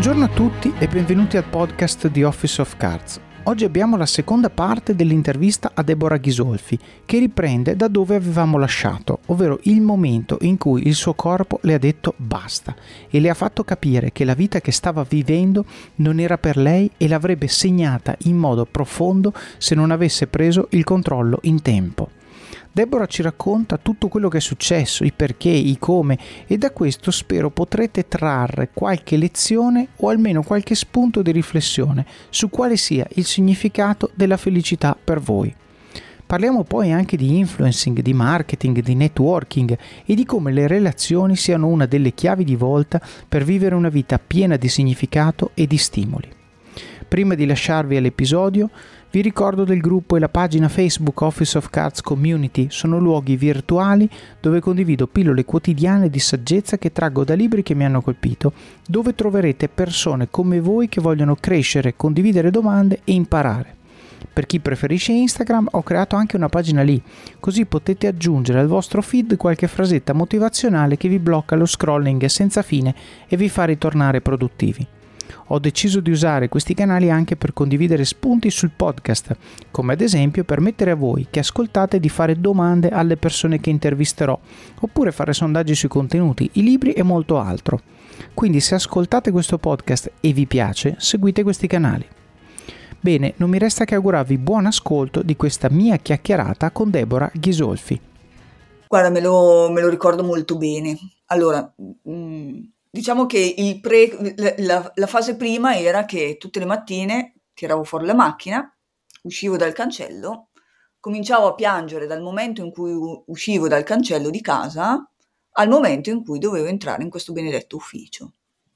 Buongiorno a tutti e benvenuti al podcast di Office of Cards. Oggi abbiamo la seconda parte dell'intervista a Deborah Ghisolfi, che riprende da dove avevamo lasciato, ovvero il momento in cui il suo corpo le ha detto basta e le ha fatto capire che la vita che stava vivendo non era per lei e l'avrebbe segnata in modo profondo se non avesse preso il controllo in tempo. Deborah ci racconta tutto quello che è successo, i perché, i come, e da questo spero potrete trarre qualche lezione o almeno qualche spunto di riflessione su quale sia il significato della felicità per voi. Parliamo poi anche di influencing, di marketing, di networking e di come le relazioni siano una delle chiavi di volta per vivere una vita piena di significato e di stimoli. Prima di lasciarvi all'episodio, vi ricordo del gruppo e la pagina Facebook Office of Cards Community. Sono luoghi virtuali dove condivido pillole quotidiane di saggezza che traggo da libri che mi hanno colpito, dove troverete persone come voi che vogliono crescere, condividere domande e imparare. Per chi preferisce Instagram ho creato anche una pagina lì, così potete aggiungere al vostro feed qualche frasetta motivazionale che vi blocca lo scrolling senza fine e vi fa ritornare produttivi. Ho deciso di usare questi canali anche per condividere spunti sul podcast, come ad esempio permettere a voi che ascoltate di fare domande alle persone che intervisterò, oppure fare sondaggi sui contenuti, i libri e molto altro. Quindi se ascoltate questo podcast e vi piace, seguite questi canali. Bene, non mi resta che augurarvi buon ascolto di questa mia chiacchierata con Deborah Ghisolfi. Guarda, me lo ricordo molto bene. Allora, diciamo che la fase prima era che tutte le mattine tiravo fuori la macchina, uscivo dal cancello, cominciavo a piangere dal momento in cui uscivo dal cancello di casa al momento in cui dovevo entrare in questo benedetto ufficio.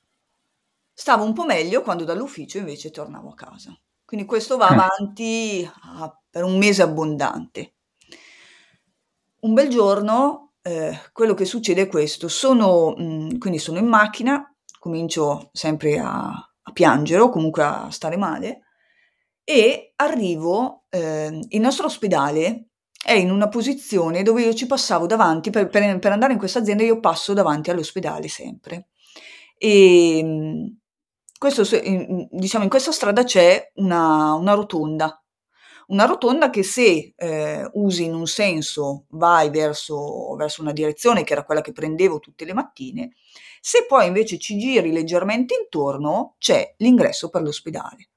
Stavo un po' meglio quando dall'ufficio invece tornavo a casa. Quindi questo va avanti per un mese abbondante. Un bel giorno quello che succede è questo: quindi sono in macchina, comincio sempre a piangere o comunque a stare male e arrivo, il nostro ospedale è in una posizione dove io ci passavo davanti, per andare in questa azienda io passo davanti all'ospedale sempre. Questo diciamo in questa strada c'è una rotonda. Una rotonda che se usi in un senso vai verso una direzione che era quella che prendevo tutte le mattine, se poi invece ci giri leggermente intorno c'è l'ingresso per l'ospedale.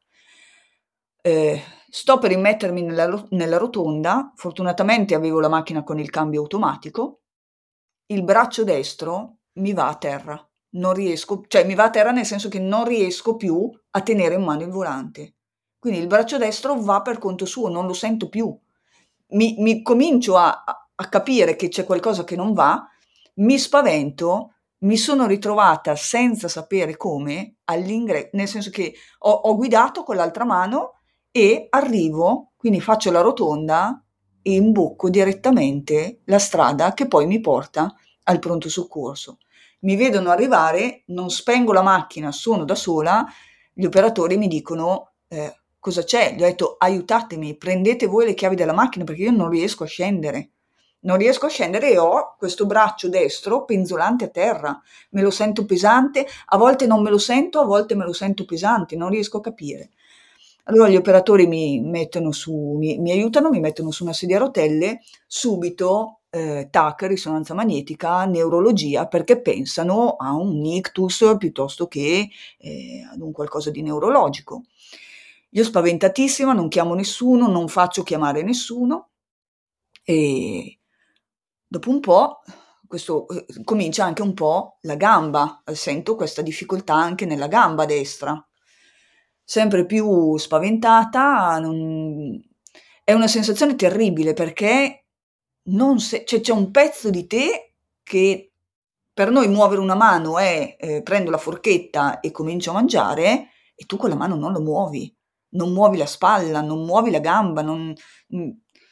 Sto per immettermi nella rotonda, fortunatamente avevo la macchina con il cambio automatico, il braccio destro mi va a terra, non riesco, cioè mi va a terra nel senso che non riesco più a tenere in mano il volante. Quindi il braccio destro va per conto suo, non lo sento più. Mi comincio a capire che c'è qualcosa che non va, mi spavento, mi sono ritrovata senza sapere come all'ingresso, nel senso che ho guidato con l'altra mano e arrivo, quindi faccio la rotonda e imbocco direttamente la strada che poi mi porta al pronto soccorso. Mi vedono arrivare, non spengo la macchina, sono da sola, gli operatori mi dicono cosa c'è? Gli ho detto aiutatemi, prendete voi le chiavi della macchina perché io non riesco a scendere. Non riesco a scendere e ho questo braccio destro penzolante a terra, me lo sento pesante, a volte non me lo sento, a volte me lo sento pesante, non riesco a capire. Allora gli operatori mi aiutano, mi mettono su una sedia a rotelle, subito TAC, risonanza magnetica, neurologia, perché pensano a un ictus piuttosto che ad un qualcosa di neurologico. Io spaventatissima, non chiamo nessuno, non faccio chiamare nessuno e dopo un po' questo comincia anche un po' la gamba, sento questa difficoltà anche nella gamba destra. Sempre più spaventata, è una sensazione terribile perché c'è un pezzo di te che per noi muovere una mano è prendo la forchetta e comincio a mangiare e tu quella mano non lo muovi, non muovi la spalla, non muovi la gamba, mh,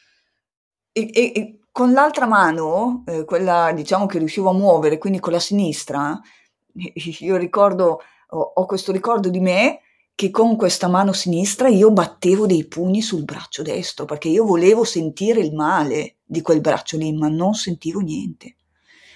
e con l'altra mano, quella diciamo che riuscivo a muovere, quindi con la sinistra, io ricordo ho questo ricordo di me che con questa mano sinistra io battevo dei pugni sul braccio destro, perché io volevo sentire il male di quel braccio lì, ma non sentivo niente.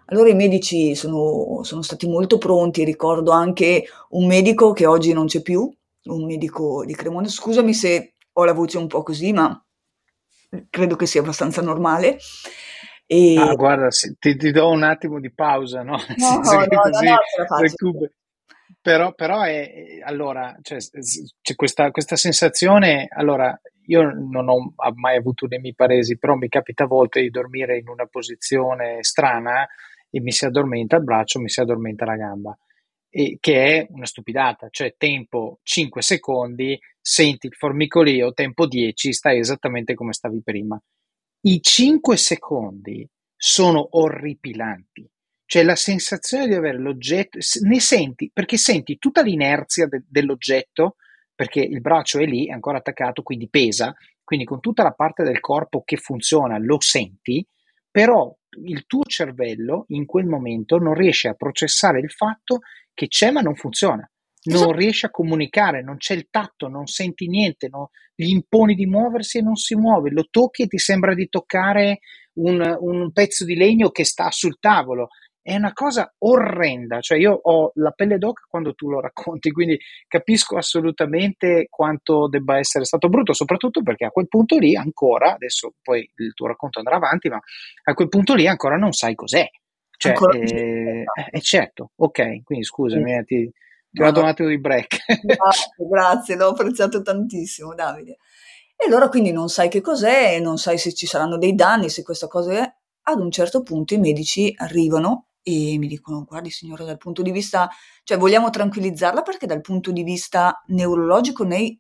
Allora i medici sono stati molto pronti, ricordo anche un medico che oggi non c'è più, un medico di Cremona, scusami se ho la voce un po' così, ma credo che sia abbastanza normale. Ah, E guarda, ti do un attimo di pausa, no? Nel no, senso che no, così ce la faccio. recuperi. Però allora, cioè, c'è questa sensazione, allora, io non ho mai avuto dei paresi, però mi capita a volte di dormire in una posizione strana e mi si addormenta il braccio, mi si addormenta la gamba, e, che è una stupidata, cioè tempo 5 secondi, senti il formicolio, tempo 10, stai esattamente come stavi prima. I 5 secondi sono orripilanti, cioè la sensazione di avere l'oggetto, ne senti, perché senti tutta l'inerzia dell'oggetto, perché il braccio è lì, è ancora attaccato, quindi pesa, quindi con tutta la parte del corpo che funziona lo senti, però il tuo cervello in quel momento non riesce a processare il fatto che c'è ma non funziona, non Esatto. riesce a comunicare, non c'è il tatto, non senti niente, gli imponi di muoversi e non si muove, lo tocchi e ti sembra di toccare un pezzo di legno che sta sul tavolo. È una cosa orrenda, cioè io ho la pelle d'oca quando tu lo racconti, quindi capisco assolutamente quanto debba essere stato brutto, soprattutto perché a quel punto lì ancora, adesso poi il tuo racconto andrà avanti, ma a quel punto lì ancora non sai cos'è. Cioè, Ancora più. certo, ok, quindi scusami, ti ho No, dato no, un attimo di break. grazie, grazie, l'ho apprezzato tantissimo, Davide. E allora quindi non sai che cos'è, non sai se ci saranno dei danni, se questa cosa è. Ad un certo punto i medici arrivano e mi dicono: "Guardi signora, dal punto di vista, cioè vogliamo tranquillizzarla perché dal punto di vista neurologico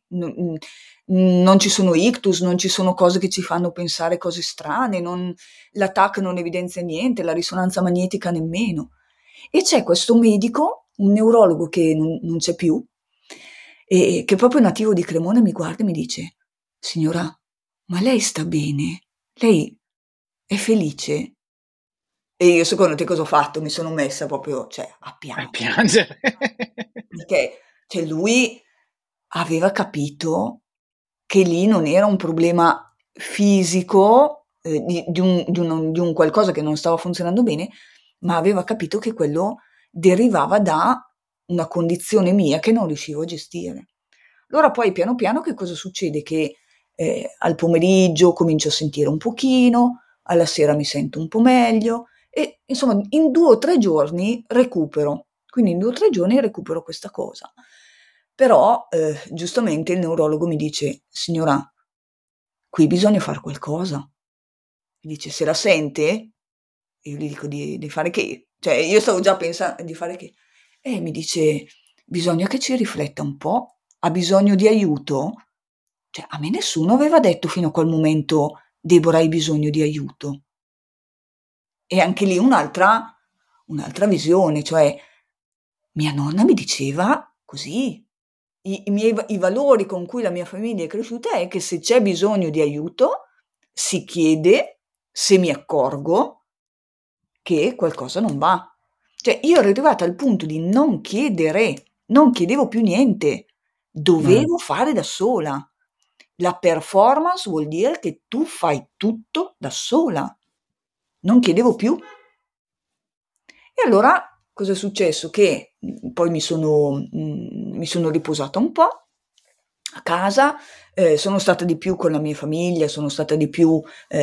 non ci sono ictus, non ci sono cose che ci fanno pensare cose strane, la TAC non evidenzia niente, la risonanza magnetica nemmeno". E c'è questo medico, un neurologo che non c'è più, e che è proprio nativo di Cremona, mi guarda e mi dice: "Signora, ma lei sta bene? Lei è felice?" E io secondo te cosa ho fatto? Mi sono messa proprio, cioè, a A piangere. piangere. Perché, cioè, lui aveva capito che lì non era un problema fisico, di un qualcosa che non stava funzionando bene, ma aveva capito che quello derivava da una condizione mia che non riuscivo a gestire. Allora poi piano piano che cosa succede? Che, al pomeriggio comincio a sentire un pochino, alla sera mi sento un po' meglio e insomma in 2 o 3 giorni recupero. Quindi in 2 o 3 giorni recupero questa cosa. Però, giustamente il neurologo mi dice: "Signora, qui bisogna far qualcosa". Mi dice: "Se la sente?" E io gli dico: "Di fare che?" Cioè io stavo già di fare che? Mi dice: "Bisogna che ci rifletta un po'. Ha bisogno di aiuto?" Cioè a me nessuno aveva detto fino a quel momento: "Deborah, hai bisogno di aiuto". E anche lì un'altra visione, cioè mia nonna mi diceva così. I valori con cui la mia famiglia è cresciuta è che se c'è bisogno di aiuto si chiede, se mi accorgo che qualcosa non va. Cioè io ero arrivata al punto di non chiedere, non chiedevo più niente, Mm. dovevo fare da sola. La performance vuol dire che tu fai tutto da sola. Non chiedevo più. E allora cosa è successo? Che poi mi sono riposata un po' a casa, sono stata di più con la mia famiglia, sono stata di più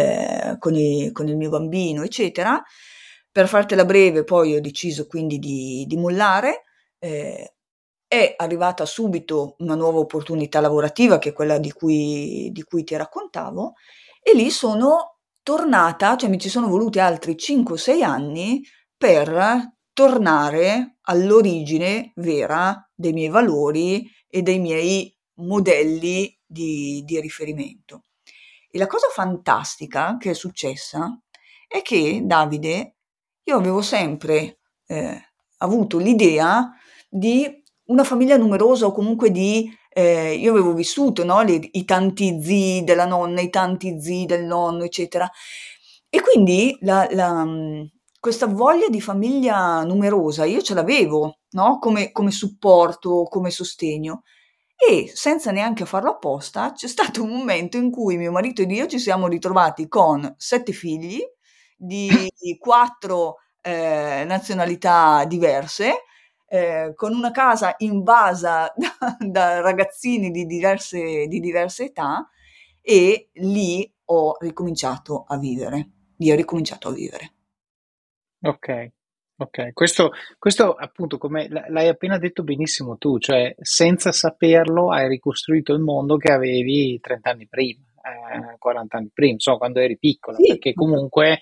con il mio bambino, eccetera. Per fartela breve, poi ho deciso quindi di mollare. eh, è arrivata subito una nuova opportunità lavorativa, che è quella di cui ti raccontavo, e lì sono tornata, cioè mi ci sono voluti altri 5 o 6 anni per tornare all'origine vera dei miei valori e dei miei modelli di riferimento. E la cosa fantastica che è successa è che, Davide, io avevo sempre avuto l'idea di una famiglia numerosa o comunque io avevo vissuto, no, i tanti zii della nonna, i tanti zii del nonno, eccetera. E quindi questa voglia di famiglia numerosa io ce l'avevo, no, come supporto, come sostegno. E senza neanche farlo apposta, c'è stato un momento in cui mio marito ed io ci siamo ritrovati con 7 figli, di 4 nazionalità diverse, con una casa invasa da ragazzini di diverse età, e lì ho ricominciato a vivere. Lì ho ricominciato a vivere. Ok, ok. Questo appunto, come l'hai appena detto benissimo tu, cioè senza saperlo hai ricostruito il mondo che avevi 30 anni prima, 40 anni prima, insomma, quando eri piccola, Sì, perché comunque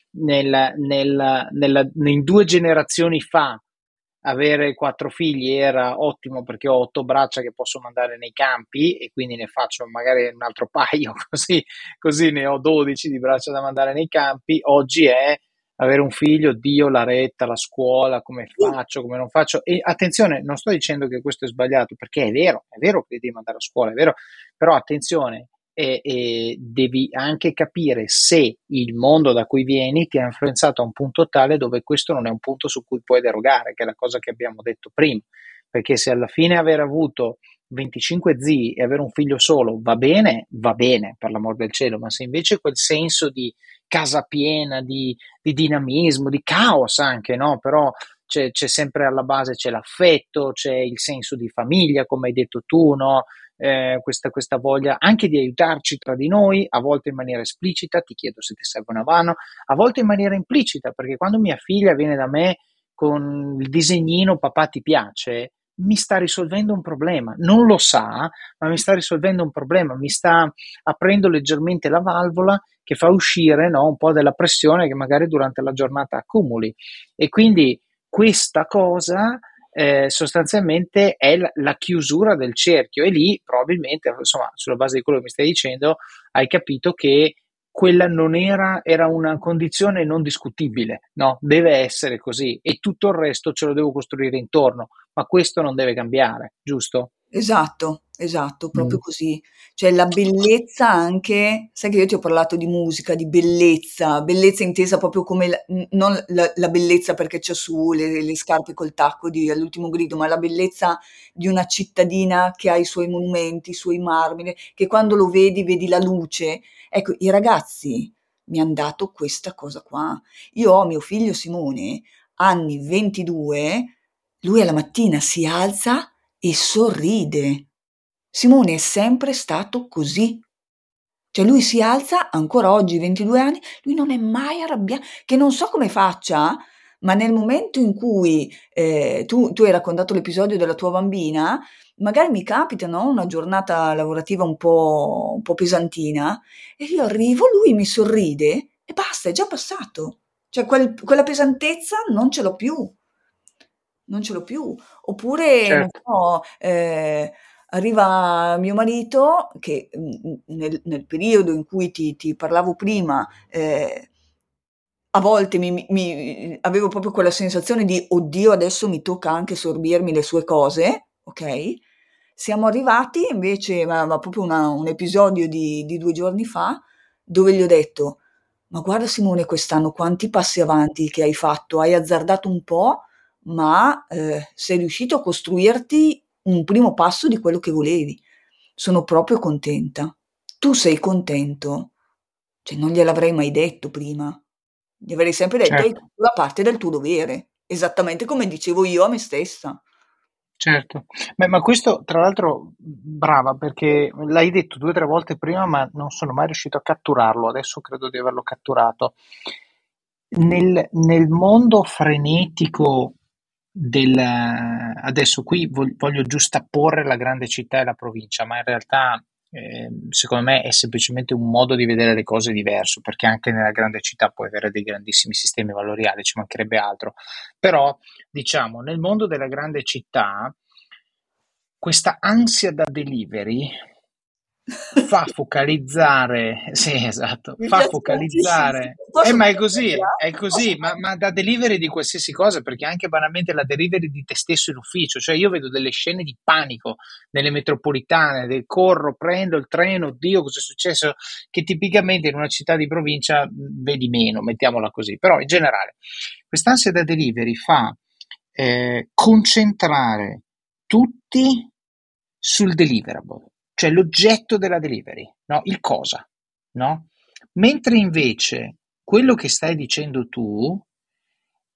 in 2 generazioni fa avere 4 figli era ottimo perché ho 8 braccia che posso mandare nei campi e quindi ne faccio magari un altro paio, così ne ho 12 di braccia da mandare nei campi. Oggi è avere un figlio, Dio, la retta, la scuola, come sì, faccio, come non faccio. E attenzione, non sto dicendo che questo è sbagliato, perché è vero che devi mandare a scuola, è vero, però attenzione, e devi anche capire se il mondo da cui vieni ti ha influenzato a un punto tale dove questo non è un punto su cui puoi derogare, che è la cosa che abbiamo detto prima, perché se alla fine aver avuto 25 zii e avere un figlio solo va bene per l'amor del cielo, ma se invece quel senso di casa piena, di dinamismo, di caos anche, no? Però c'è sempre alla base, c'è l'affetto, c'è il senso di famiglia, come hai detto tu, no? Questa voglia anche di aiutarci tra di noi, a volte in maniera esplicita, ti chiedo se ti serve una mano, a volte in maniera implicita, perché quando mia figlia viene da me con il disegnino papà ti piace, mi sta risolvendo un problema, non lo sa, ma mi sta risolvendo un problema, mi sta aprendo leggermente la valvola che fa uscire, no, un po' della pressione che magari durante la giornata accumuli. E quindi questa cosa sostanzialmente è la chiusura del cerchio e lì probabilmente, insomma, sulla base di quello che mi stai dicendo, hai capito che quella non era una condizione non discutibile, no? Deve essere così e tutto il resto ce lo devo costruire intorno, ma questo non deve cambiare, giusto? esatto, esatto, proprio Mm. così. Cioè la bellezza anche, sai che io ti ho parlato di musica, di bellezza, bellezza intesa proprio come non la bellezza perché c'è su le scarpe col tacco di all'ultimo grido, ma la bellezza di una cittadina che ha i suoi monumenti, i suoi marmiri, che quando lo vedi vedi la luce. Ecco, i ragazzi mi han dato questa cosa qua. Io ho mio figlio Simone, anni 22, lui alla mattina si alza e sorride. Simone è sempre stato così. Cioè lui si alza, ancora oggi, 22 anni, lui non è mai arrabbia che non so come faccia, ma nel momento in cui, tu hai raccontato l'episodio della tua bambina, magari mi capita, no, una giornata lavorativa un po' pesantina, e io arrivo, lui mi sorride e basta, è già passato. Cioè quella pesantezza non ce l'ho più. Non ce l'ho più. Oppure, non Certo. so, arriva mio marito che, nel periodo in cui ti parlavo prima, a volte avevo proprio quella sensazione di: "Oddio, adesso mi tocca anche sorbirmi le sue cose", okay? Siamo arrivati invece, ma proprio un episodio di 2 giorni fa, dove gli ho detto: "Ma guarda Simone quest'anno quanti passi avanti che hai fatto, hai azzardato un po', ma, sei riuscito a costruirti un primo passo di quello che volevi. Sono proprio contenta. Tu sei contento?" Cioè non gliel'avrei mai detto prima. Gli avrei sempre detto: "Hai Certo. fatto la parte del tuo dovere", esattamente come dicevo io a me stessa. Certo. Beh, ma questo tra l'altro brava perché l'hai detto 2 o 3 volte prima, ma non sono mai riuscito a catturarlo. Adesso credo di averlo catturato. Nel mondo frenetico adesso qui voglio giustapporre la grande città e la provincia, ma in realtà secondo me è semplicemente un modo di vedere le cose diverso, perché anche nella grande città puoi avere dei grandissimi sistemi valoriali, ci mancherebbe altro. Però diciamo, nel mondo della grande città, questa ansia da delivery fa Sì, focalizzare, sì, esatto, mi fa piace tantissimo. focalizzare, Posso ma metterla? è così, ma da delivery di qualsiasi cosa, perché anche banalmente la delivery di te stesso in ufficio, cioè io vedo delle scene di panico nelle metropolitane, del corro, prendo il treno, oddio, cosa è successo, che tipicamente in una città di provincia vedi meno, mettiamola così, però in generale quest'ansia da delivery fa concentrare tutti sul deliverable, cioè l'oggetto della delivery, no? Il cosa, no? Mentre invece quello che stai dicendo tu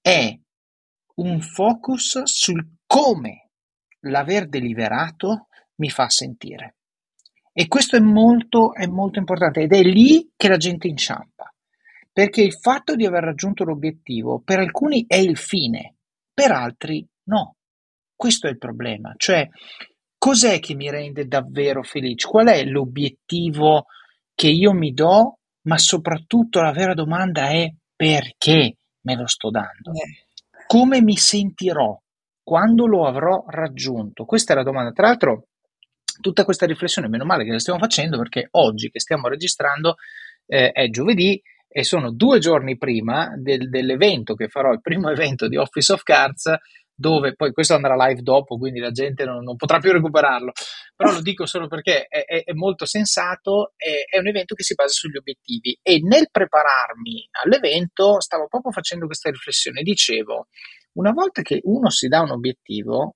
è un focus sul come l'aver deliberato mi fa sentire. E questo è molto importante ed è lì che la gente inciampa, perché il fatto di aver raggiunto l'obiettivo per alcuni è il fine, per altri no. Questo è il problema, cioè cos'è che mi rende davvero felice? Qual è l'obiettivo che io mi do, ma soprattutto la vera domanda è perché me lo sto dando? Come mi sentirò quando lo avrò raggiunto? Questa è la domanda. Tra l'altro, tutta questa riflessione, meno male che la stiamo facendo, perché oggi che stiamo registrando è giovedì e sono 2 giorni prima dell'evento che farò, il primo evento di Office of Cards, dove poi questo andrà live dopo, quindi la gente non potrà più recuperarlo, però lo dico solo perché è molto sensato, è un evento che si basa sugli obiettivi e nel prepararmi all'evento stavo proprio facendo questa riflessione, dicevo, una volta che uno si dà un obiettivo,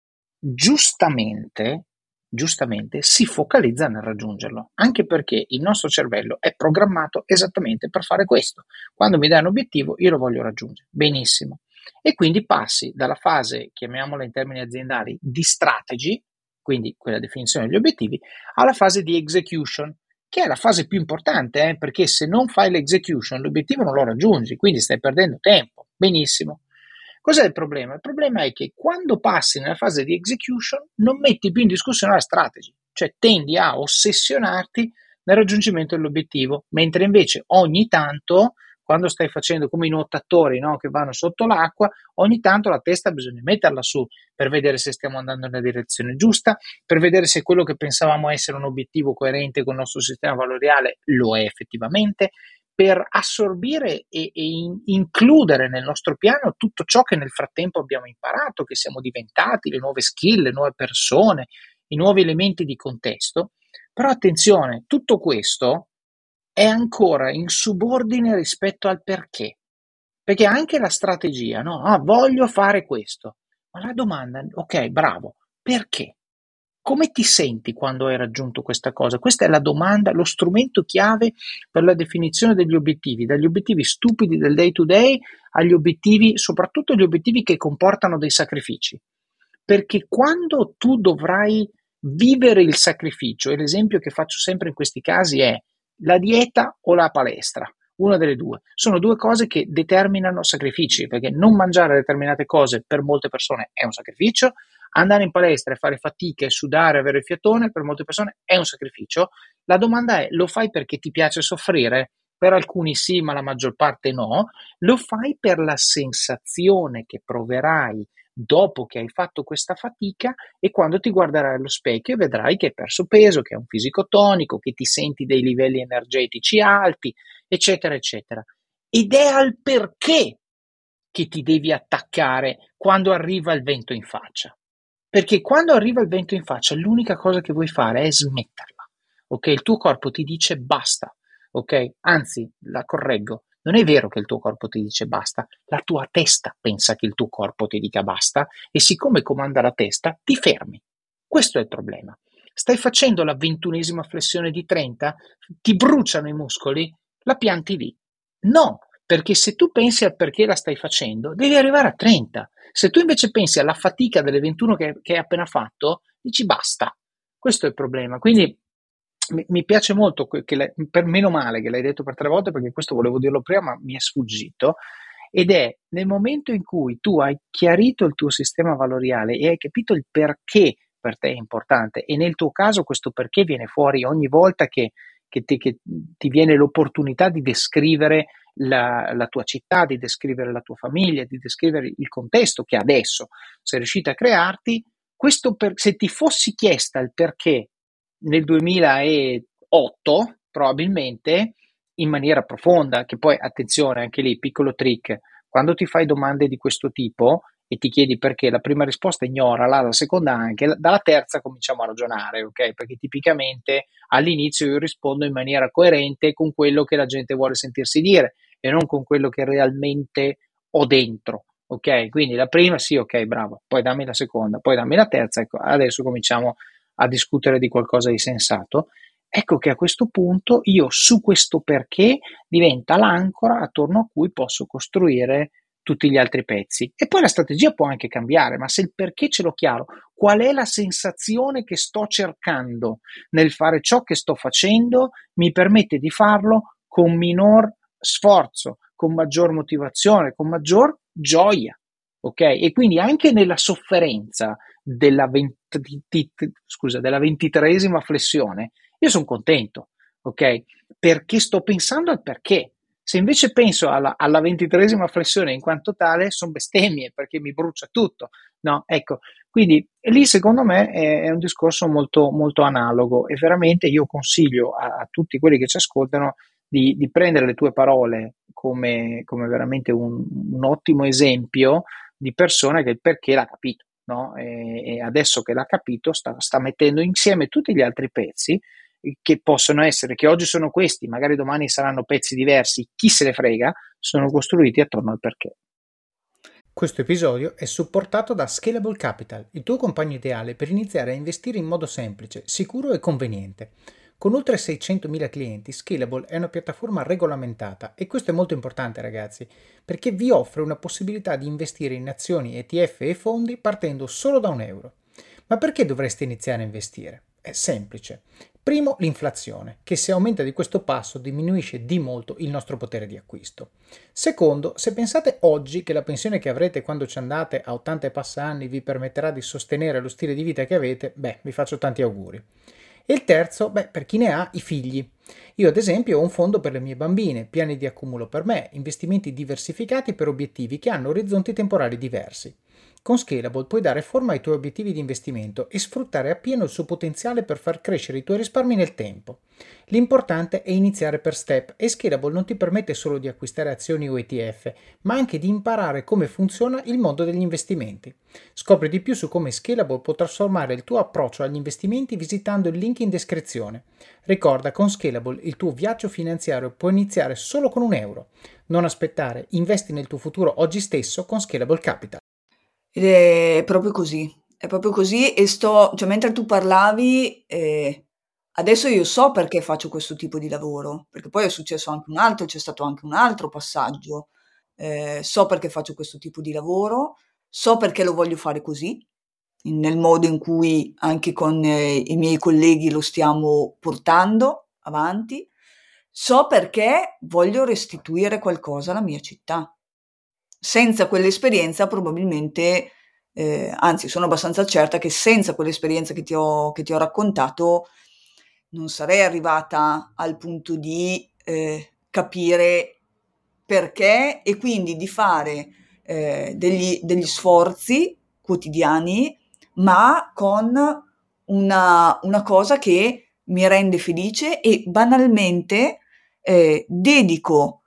giustamente si focalizza nel raggiungerlo, anche perché il nostro cervello è programmato esattamente per fare questo. Quando mi dai un obiettivo, io lo voglio raggiungere. Benissimo. E quindi passi dalla fase, chiamiamola in termini aziendali, di strategy, quindi quella definizione degli obiettivi, alla fase di execution, che è la fase più importante, perché se non fai l'execution, l'obiettivo non lo raggiungi, quindi stai perdendo tempo. Benissimo. Cos'è il problema? Il problema è che quando passi nella fase di execution non metti più in discussione la strategy, cioè tendi a ossessionarti nel raggiungimento dell'obiettivo, mentre invece ogni tanto, quando stai facendo come i nuotatori, no, che vanno sotto l'acqua, ogni tanto la testa bisogna metterla su per vedere se stiamo andando nella direzione giusta, per vedere se quello che pensavamo essere un obiettivo coerente con il nostro sistema valoriale lo è effettivamente, per assorbire e includere nel nostro piano tutto ciò che nel frattempo abbiamo imparato, che siamo diventati, le nuove skill, le nuove persone, i nuovi elementi di contesto. Però attenzione, tutto questo è ancora in subordine rispetto al perché. Perché anche la strategia, no? Ah, voglio fare questo. Ma la domanda, ok, bravo, perché? Come ti senti quando hai raggiunto questa cosa? Questa è la domanda, lo strumento chiave per la definizione degli obiettivi, dagli obiettivi stupidi del day to day agli obiettivi, soprattutto gli obiettivi che comportano dei sacrifici. Perché quando tu dovrai vivere il sacrificio, e l'esempio che faccio sempre in questi casi è la dieta o la palestra, una delle due. Sono due cose che determinano sacrifici, perché non mangiare determinate cose per molte persone è un sacrificio, andare in palestra e fare fatica e sudare, avere il fiatone, per molte persone è un sacrificio. La domanda è, lo fai perché ti piace soffrire? Per alcuni sì, ma la maggior parte no. Lo fai per la sensazione che proverai dopo che hai fatto questa fatica e quando ti guarderai allo specchio e vedrai che hai perso peso, che hai un fisico tonico, che ti senti dei livelli energetici alti, eccetera, eccetera. Ed è al perché che ti devi attaccare quando arriva il vento in faccia. Perché quando arriva il vento in faccia, l'unica cosa che vuoi fare è smetterla. Ok? Il tuo corpo ti dice basta. Ok? Anzi, la correggo. Non è vero che il tuo corpo ti dice basta, la tua testa pensa che il tuo corpo ti dica basta e siccome comanda la testa, ti fermi. Questo è il problema. Stai facendo la 21esima flessione di 30, ti bruciano i muscoli, la pianti lì. No, perché se tu pensi al perché la stai facendo, devi arrivare a 30. Se tu invece pensi alla fatica delle 21 che hai appena fatto, dici basta. Questo è il problema. Quindi mi piace molto per meno male che l'hai detto per 3 volte, perché questo volevo dirlo prima, ma mi è sfuggito. Ed è nel momento in cui tu hai chiarito il tuo sistema valoriale e hai capito il perché per te è importante, e nel tuo caso questo perché viene fuori ogni volta che ti viene l'opportunità di descrivere la tua città, di descrivere la tua famiglia, di descrivere il contesto che adesso sei riuscita a crearti. Se ti fossi chiesta il perché nel 2008, probabilmente in maniera profonda, che poi attenzione, anche lì, piccolo trick, quando ti fai domande di questo tipo e ti chiedi perché, la prima risposta ignorala, la seconda anche, dalla terza cominciamo a ragionare, ok? Perché tipicamente all'inizio io rispondo in maniera coerente con quello che la gente vuole sentirsi dire e non con quello che realmente ho dentro, ok? Quindi la prima sì, ok, bravo, poi dammi la seconda, poi dammi la terza, ecco, adesso cominciamo a discutere di qualcosa di sensato. Ecco che a questo punto io su questo perché diventa l'ancora attorno a cui posso costruire tutti gli altri pezzi. E poi la strategia può anche cambiare, ma se il perché ce l'ho chiaro, qual è la sensazione che sto cercando nel fare ciò che sto facendo, mi permette di farlo con minor sforzo, con maggior motivazione, con maggior gioia. Ok? E quindi anche nella sofferenza della 23esima flessione, io sono contento, ok? Perché sto pensando al perché. Se invece penso alla 23esima flessione in quanto tale, sono bestemmie perché mi brucia tutto, no? Ecco, quindi lì secondo me è un discorso molto, molto analogo e veramente io consiglio a tutti quelli che ci ascoltano di prendere le tue parole come veramente un ottimo esempio di persona che il perché l'ha capito, no? E adesso che l'ha capito sta mettendo insieme tutti gli altri pezzi che possono essere, che oggi sono questi, magari domani saranno pezzi diversi, chi se ne frega, sono costruiti attorno al perché. Questo episodio è supportato da Scalable Capital, il tuo compagno ideale per iniziare a investire in modo semplice, sicuro e conveniente. Con oltre 600.000 clienti, Scalable è una piattaforma regolamentata e questo è molto importante ragazzi, perché vi offre una possibilità di investire in azioni, ETF e fondi partendo solo da €1. Ma perché dovreste iniziare a investire? È semplice. Primo, l'inflazione, che se aumenta di questo passo diminuisce di molto il nostro potere di acquisto. Secondo, se pensate oggi che la pensione che avrete quando ci andate a 80 e passa anni vi permetterà di sostenere lo stile di vita che avete, vi faccio tanti auguri. E il terzo, per chi ne ha, i figli. Io ad esempio ho un fondo per le mie bambine, piani di accumulo per me, investimenti diversificati per obiettivi che hanno orizzonti temporali diversi. Con Scalable puoi dare forma ai tuoi obiettivi di investimento e sfruttare appieno il suo potenziale per far crescere i tuoi risparmi nel tempo. L'importante è iniziare per step e Scalable non ti permette solo di acquistare azioni o ETF, ma anche di imparare come funziona il mondo degli investimenti. Scopri di più su come Scalable può trasformare il tuo approccio agli investimenti visitando il link in descrizione. Ricorda, con Scalable il tuo viaggio finanziario può iniziare solo con €1. Non aspettare, investi nel tuo futuro oggi stesso con Scalable Capital. Ed è proprio così e cioè mentre tu parlavi, adesso io so perché faccio questo tipo di lavoro, perché poi è successo anche c'è stato anche un altro passaggio. So perché faccio questo tipo di lavoro, so perché lo voglio fare così, nel modo in cui anche con i miei colleghi lo stiamo portando avanti, so perché voglio restituire qualcosa alla mia città. Senza quell'esperienza probabilmente, anzi sono abbastanza certa che senza quell'esperienza che ti ho raccontato, non sarei arrivata al punto di, capire perché e quindi di fare, degli sforzi quotidiani, ma con una cosa che mi rende felice e banalmente, dedico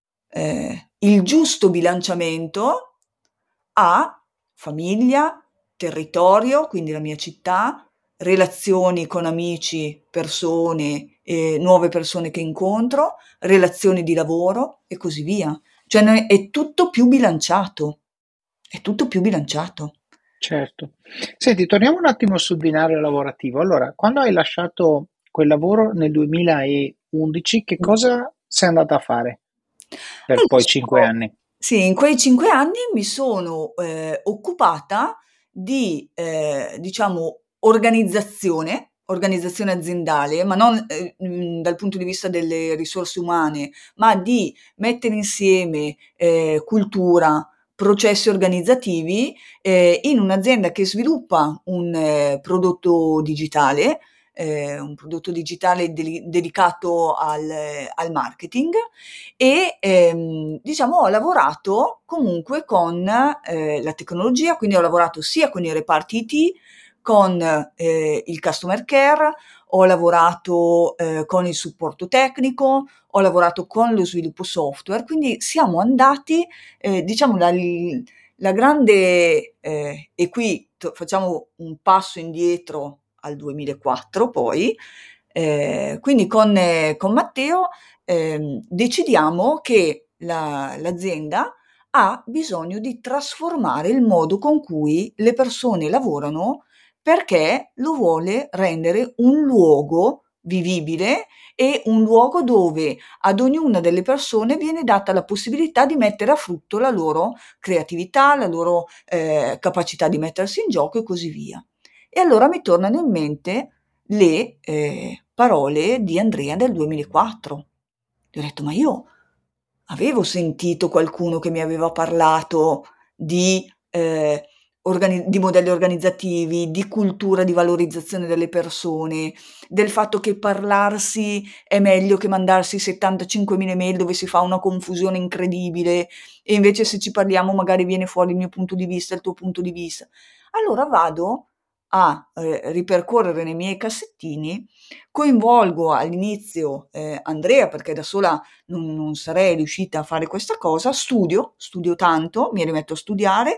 il giusto bilanciamento a famiglia, territorio, quindi la mia città, relazioni con amici, persone, nuove persone che incontro, relazioni di lavoro e così via. Cioè è tutto più bilanciato, è tutto più bilanciato. Certo. Senti, torniamo un attimo sul binario lavorativo. Allora, quando hai lasciato quel lavoro nel 2011, che cosa sei andata a fare E per io poi 5 anni? sì, in quei 5 anni mi sono, occupata di, diciamo organizzazione aziendale, ma non, dal punto di vista delle risorse umane, ma di mettere insieme, cultura, processi organizzativi, in un'azienda che sviluppa un prodotto digitale dedicato al marketing e, diciamo ho lavorato comunque con, la tecnologia, quindi ho lavorato sia con i reparti IT, con, il customer care, ho lavorato, con il supporto tecnico, ho lavorato con lo sviluppo software, quindi siamo andati, diciamo la grande e qui facciamo un passo indietro al 2004 poi, quindi con Matteo decidiamo che l'azienda ha bisogno di trasformare il modo con cui le persone lavorano perché lo vuole rendere un luogo vivibile e un luogo dove ad ognuna delle persone viene data la possibilità di mettere a frutto la loro creatività, la loro capacità di mettersi in gioco e così via. E allora mi tornano in mente le parole di Andrea del 2004. Gli ho detto, ma io avevo sentito qualcuno che mi aveva parlato di, di modelli organizzativi, di cultura di valorizzazione delle persone, del fatto che parlarsi è meglio che mandarsi 75.000 email dove si fa una confusione incredibile e invece se ci parliamo magari viene fuori il mio punto di vista, il tuo punto di vista. Allora vado a ripercorrere nei miei cassettini, coinvolgo all'inizio Andrea perché da sola non sarei riuscita a fare questa cosa, studio tanto, mi rimetto a studiare,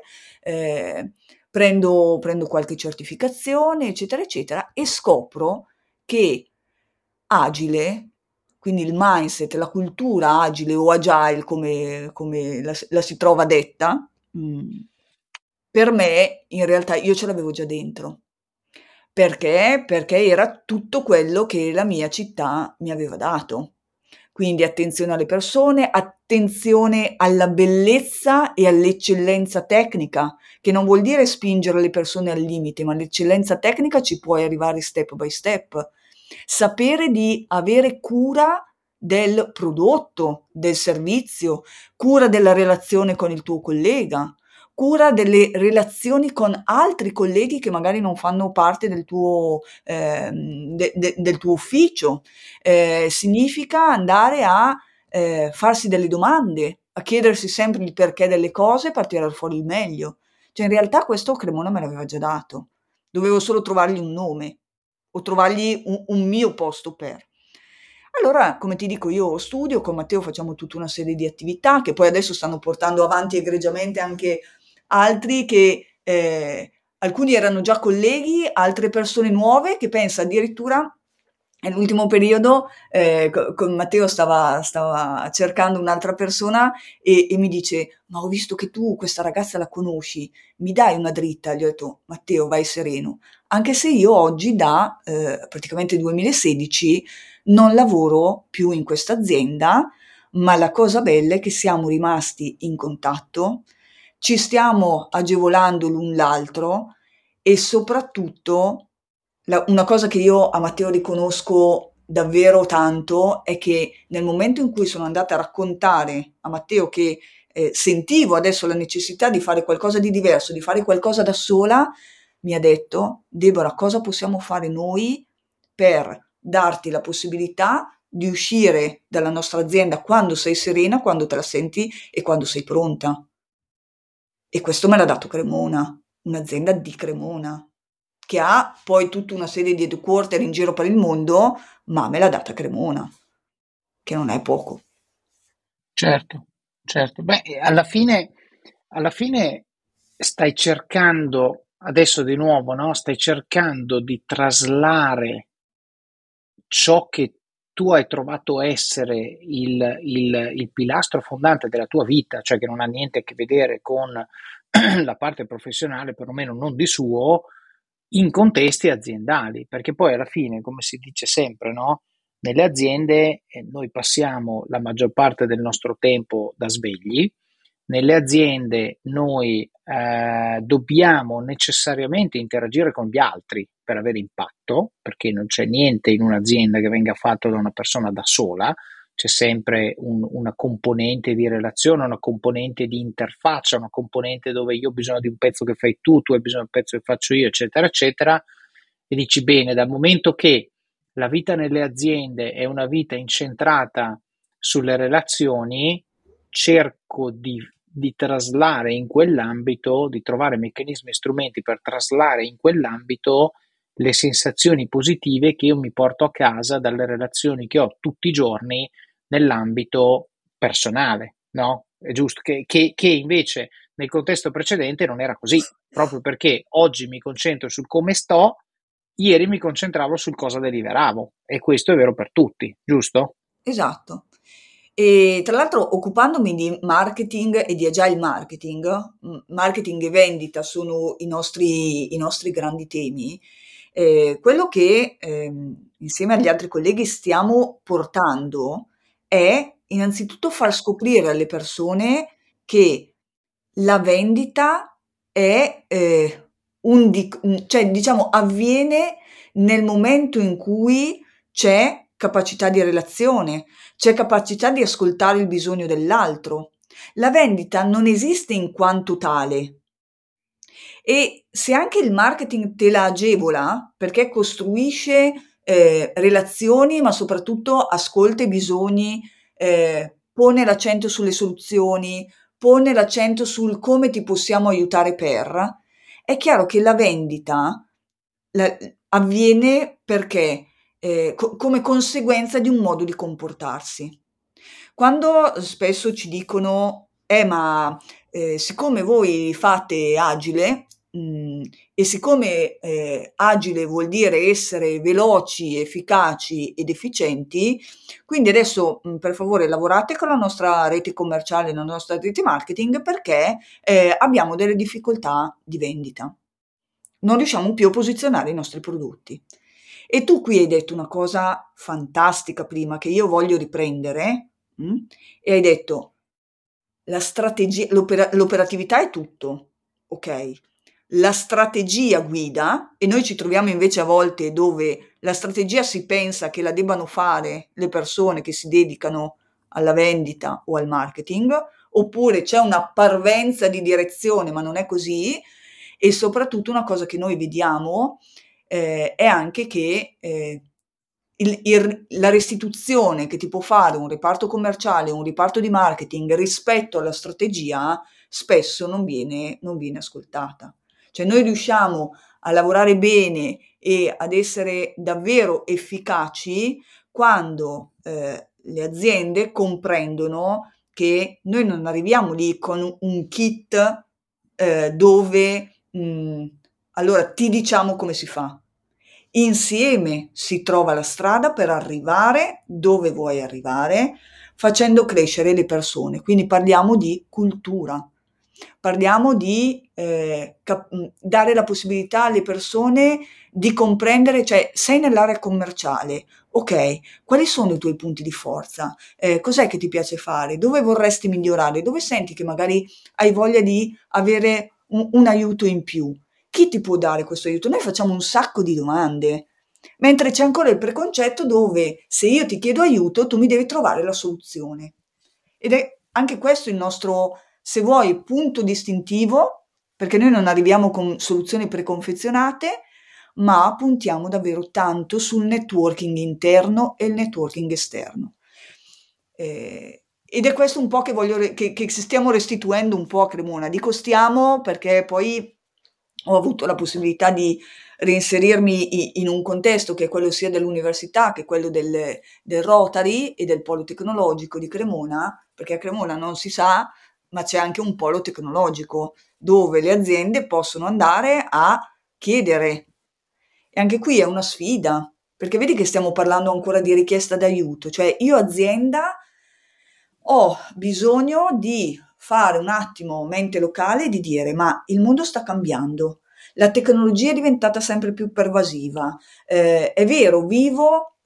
prendo qualche certificazione, eccetera, eccetera, e scopro che agile, quindi il mindset, la cultura agile o agile come la si trova detta, per me in realtà io ce l'avevo già dentro. Perché? Perché era tutto quello che la mia città mi aveva dato. Quindi attenzione alle persone, attenzione alla bellezza e all'eccellenza tecnica, che non vuol dire spingere le persone al limite, ma l'eccellenza tecnica ci puoi arrivare step by step. Sapere di avere cura del prodotto, del servizio, cura della relazione con il tuo collega, cura delle relazioni con altri colleghi che magari non fanno parte del tuo, del tuo ufficio. Significa andare a farsi delle domande, a chiedersi sempre il perché delle cose per tirar fuori il meglio. Cioè in realtà questo Cremona me l'aveva già dato, dovevo solo trovargli un nome o trovargli un mio posto per. Allora, come ti dico, io studio, con Matteo facciamo tutta una serie di attività che poi adesso stanno portando avanti egregiamente anche altri che alcuni erano già colleghi, altre persone nuove che pensa addirittura nell'ultimo periodo con Matteo stava cercando un'altra persona e mi dice ma ho visto che tu questa ragazza la conosci, mi dai una dritta? Gli ho detto Matteo vai sereno, anche se io oggi da praticamente 2016 non lavoro più in questa azienda, ma la cosa bella è che siamo rimasti in contatto, ci stiamo agevolando l'un l'altro e soprattutto una cosa che io a Matteo riconosco davvero tanto è che nel momento in cui sono andata a raccontare a Matteo che sentivo adesso la necessità di fare qualcosa di diverso, di fare qualcosa da sola, mi ha detto, Deborah, cosa possiamo fare noi per darti la possibilità di uscire dalla nostra azienda quando sei serena, quando te la senti e quando sei pronta. E questo me l'ha dato Cremona, un'azienda di Cremona, che ha poi tutta una serie di headquarter in giro per il mondo, ma me l'ha data Cremona, che non è poco. Certo, certo. Beh, alla fine stai cercando, adesso di nuovo, no? Stai cercando di traslare ciò che tu hai trovato essere il pilastro fondante della tua vita, cioè che non ha niente a che vedere con la parte professionale, perlomeno non di suo, in contesti aziendali, perché poi alla fine, come si dice sempre, no? Nelle aziende noi passiamo la maggior parte del nostro tempo da svegli, nelle aziende noi dobbiamo necessariamente interagire con gli altri per avere impatto, perché non c'è niente in un'azienda che venga fatto da una persona da sola, c'è sempre una componente di relazione, una componente di interfaccia, una componente dove io ho bisogno di un pezzo che fai tu hai bisogno di un pezzo che faccio io, eccetera, eccetera, e dici bene, dal momento che la vita nelle aziende è una vita incentrata sulle relazioni, cerco di traslare in quell'ambito, di trovare meccanismi e strumenti per traslare in quell'ambito le sensazioni positive che io mi porto a casa dalle relazioni che ho tutti i giorni nell'ambito personale, no? È giusto che invece nel contesto precedente non era così, proprio perché oggi mi concentro sul come sto, ieri mi concentravo sul cosa deliberavo e questo è vero per tutti, giusto? Esatto. E tra l'altro occupandomi di marketing e di agile marketing, marketing e vendita sono i nostri grandi temi, Quello che insieme agli altri colleghi stiamo portando è innanzitutto far scoprire alle persone che la vendita è cioè diciamo avviene nel momento in cui c'è capacità di relazione, c'è capacità di ascoltare il bisogno dell'altro. La vendita non esiste in quanto tale. E se anche il marketing te la agevola, perché costruisce relazioni, ma soprattutto ascolta i bisogni, pone l'accento sulle soluzioni, pone l'accento sul come ti possiamo aiutare per, è chiaro che la vendita avviene perché come conseguenza di un modo di comportarsi. Quando spesso ci dicono, ma siccome voi fate agile, e siccome agile vuol dire essere veloci, efficaci ed efficienti, quindi adesso per favore lavorate con la nostra rete commerciale, la nostra rete marketing perché abbiamo delle difficoltà di vendita. Non riusciamo più a posizionare i nostri prodotti. E tu qui hai detto una cosa fantastica prima che io voglio riprendere, e hai detto la strategia, l'operatività è tutto, ok? La strategia guida, e noi ci troviamo invece a volte dove la strategia si pensa che la debbano fare le persone che si dedicano alla vendita o al marketing, oppure c'è una parvenza di direzione, ma non è così, e soprattutto una cosa che noi vediamo è anche che la restituzione che ti può fare un reparto commerciale, un reparto di marketing rispetto alla strategia spesso non viene ascoltata. Cioè noi riusciamo a lavorare bene e ad essere davvero efficaci quando le aziende comprendono che noi non arriviamo lì con un kit dove allora ti diciamo come si fa. Insieme si trova la strada per arrivare dove vuoi arrivare, facendo crescere le persone. Quindi parliamo di cultura, parliamo di dare la possibilità alle persone di comprendere, cioè sei nell'area commerciale, ok, quali sono i tuoi punti di forza? Cos'è che ti piace fare? Dove vorresti migliorare? Dove senti che magari hai voglia di avere un aiuto in più? Chi ti può dare questo aiuto? Noi facciamo un sacco di domande, mentre c'è ancora il preconcetto dove se io ti chiedo aiuto, tu mi devi trovare la soluzione. Ed è anche questo il nostro, se vuoi, punto distintivo, perché noi non arriviamo con soluzioni preconfezionate, ma puntiamo davvero tanto sul networking interno e il networking esterno. Ed è questo un po' che voglio che stiamo restituendo un po' a Cremona. Dico stiamo perché poi ho avuto la possibilità di reinserirmi in un contesto che è quello sia dell'università che quello del Rotary e del polo tecnologico di Cremona, perché a Cremona non si sa, ma c'è anche un polo tecnologico dove le aziende possono andare a chiedere. E anche qui è una sfida, perché vedi che stiamo parlando ancora di richiesta d'aiuto, cioè io azienda ho bisogno di fare un attimo mente locale e di dire ma il mondo sta cambiando, la tecnologia è diventata sempre più pervasiva, è vero, vivo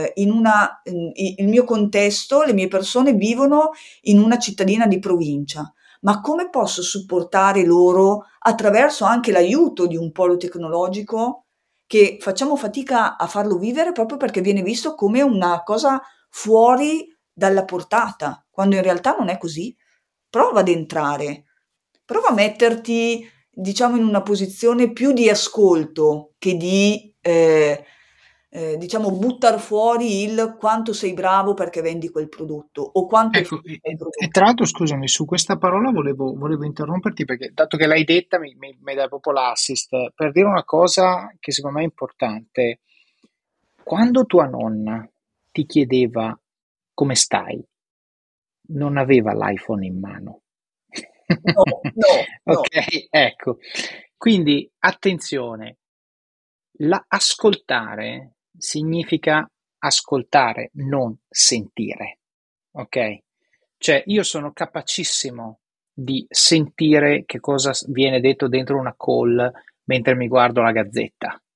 il mio contesto, le mie persone vivono in una cittadina di provincia, ma come posso supportare loro attraverso anche l'aiuto di un polo tecnologico che facciamo fatica a farlo vivere proprio perché viene visto come una cosa fuori dalla portata, quando in realtà non è così. Prova ad entrare, prova a metterti, diciamo, in una posizione più di ascolto che di, diciamo, buttar fuori il quanto sei bravo perché vendi quel prodotto o quanto Ecco, efficace quel e prodotto. tra l'altro scusami, su questa parola volevo interromperti perché dato che l'hai detta mi dai proprio l'assist per dire una cosa che secondo me è importante. Quando tua nonna ti chiedeva come stai, non aveva l'iPhone in mano. No, no, no. Ok, ecco. Quindi attenzione, ascoltare significa ascoltare, non sentire. Ok? Cioè io sono capacissimo di sentire che cosa viene detto dentro una call mentre mi guardo la gazzetta,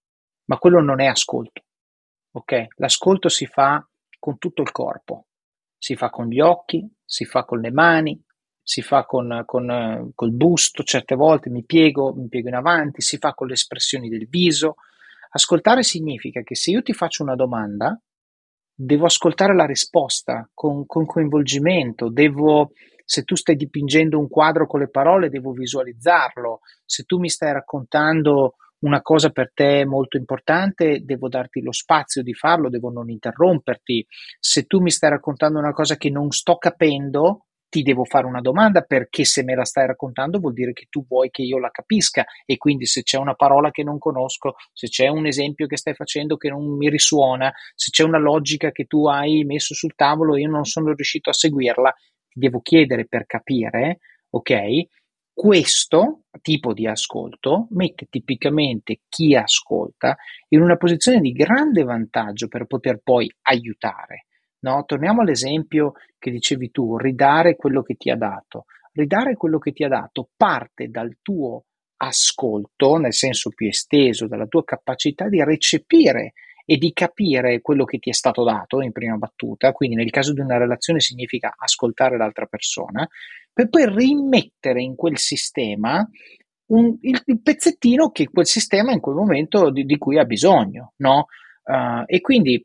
ma quello non è ascolto, ok? L'ascolto si fa con tutto il corpo, si fa con gli occhi, si fa con le mani, si fa col busto, certe volte mi piego in avanti, si fa con le espressioni del viso. Ascoltare significa che se io ti faccio una domanda, devo ascoltare la risposta con coinvolgimento, se tu stai dipingendo un quadro con le parole, devo visualizzarlo, se tu mi stai raccontando una cosa per te molto importante, devo darti lo spazio di farlo, devo non interromperti. Se tu mi stai raccontando una cosa che non sto capendo, ti devo fare una domanda, perché se me la stai raccontando vuol dire che tu vuoi che io la capisca, e quindi se c'è una parola che non conosco, se c'è un esempio che stai facendo che non mi risuona, se c'è una logica che tu hai messo sul tavolo e io non sono riuscito a seguirla, ti devo chiedere per capire, ok? Questo tipo di ascolto mette tipicamente chi ascolta in una posizione di grande vantaggio per poter poi aiutare. No? Torniamo all'esempio che dicevi tu, ridare quello che ti ha dato. Ridare quello che ti ha dato parte dal tuo ascolto, nel senso più esteso, dalla tua capacità di recepire e di capire quello che ti è stato dato in prima battuta, quindi nel caso di una relazione significa ascoltare l'altra persona, per poi rimettere in quel sistema il pezzettino che quel sistema in quel momento di cui ha bisogno, no? E quindi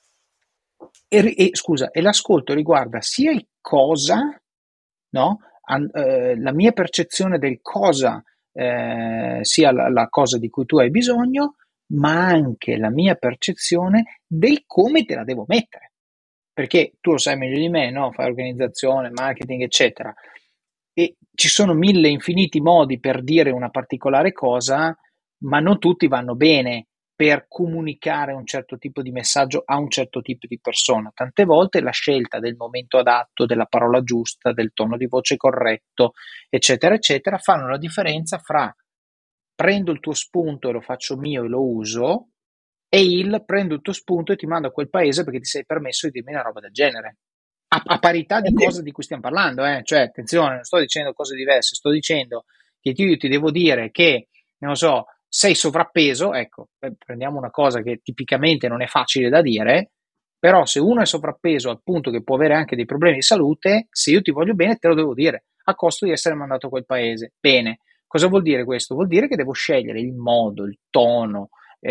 scusa, e l'ascolto riguarda sia il cosa, no? La mia percezione del cosa sia la cosa di cui tu hai bisogno, ma anche la mia percezione del come te la devo mettere. Perché tu lo sai meglio di me, no? Fai organizzazione, marketing, eccetera. E ci sono mille infiniti modi per dire una particolare cosa, ma non tutti vanno bene per comunicare un certo tipo di messaggio a un certo tipo di persona. Tante volte la scelta del momento adatto, della parola giusta, del tono di voce corretto, eccetera, eccetera, fanno la differenza fra prendo il tuo spunto e lo faccio mio e lo uso, e il prendo il tuo spunto e ti mando a quel paese perché ti sei permesso di dirmi una roba del genere. A parità di cosa di cui stiamo parlando, cioè attenzione, non sto dicendo cose diverse, sto dicendo che io ti devo dire che, non so, sei sovrappeso, ecco, prendiamo una cosa che tipicamente non è facile da dire, però se uno è sovrappeso al punto che può avere anche dei problemi di salute, se io ti voglio bene te lo devo dire, a costo di essere mandato a quel paese. Bene, cosa vuol dire questo? Vuol dire che devo scegliere il modo, il tono,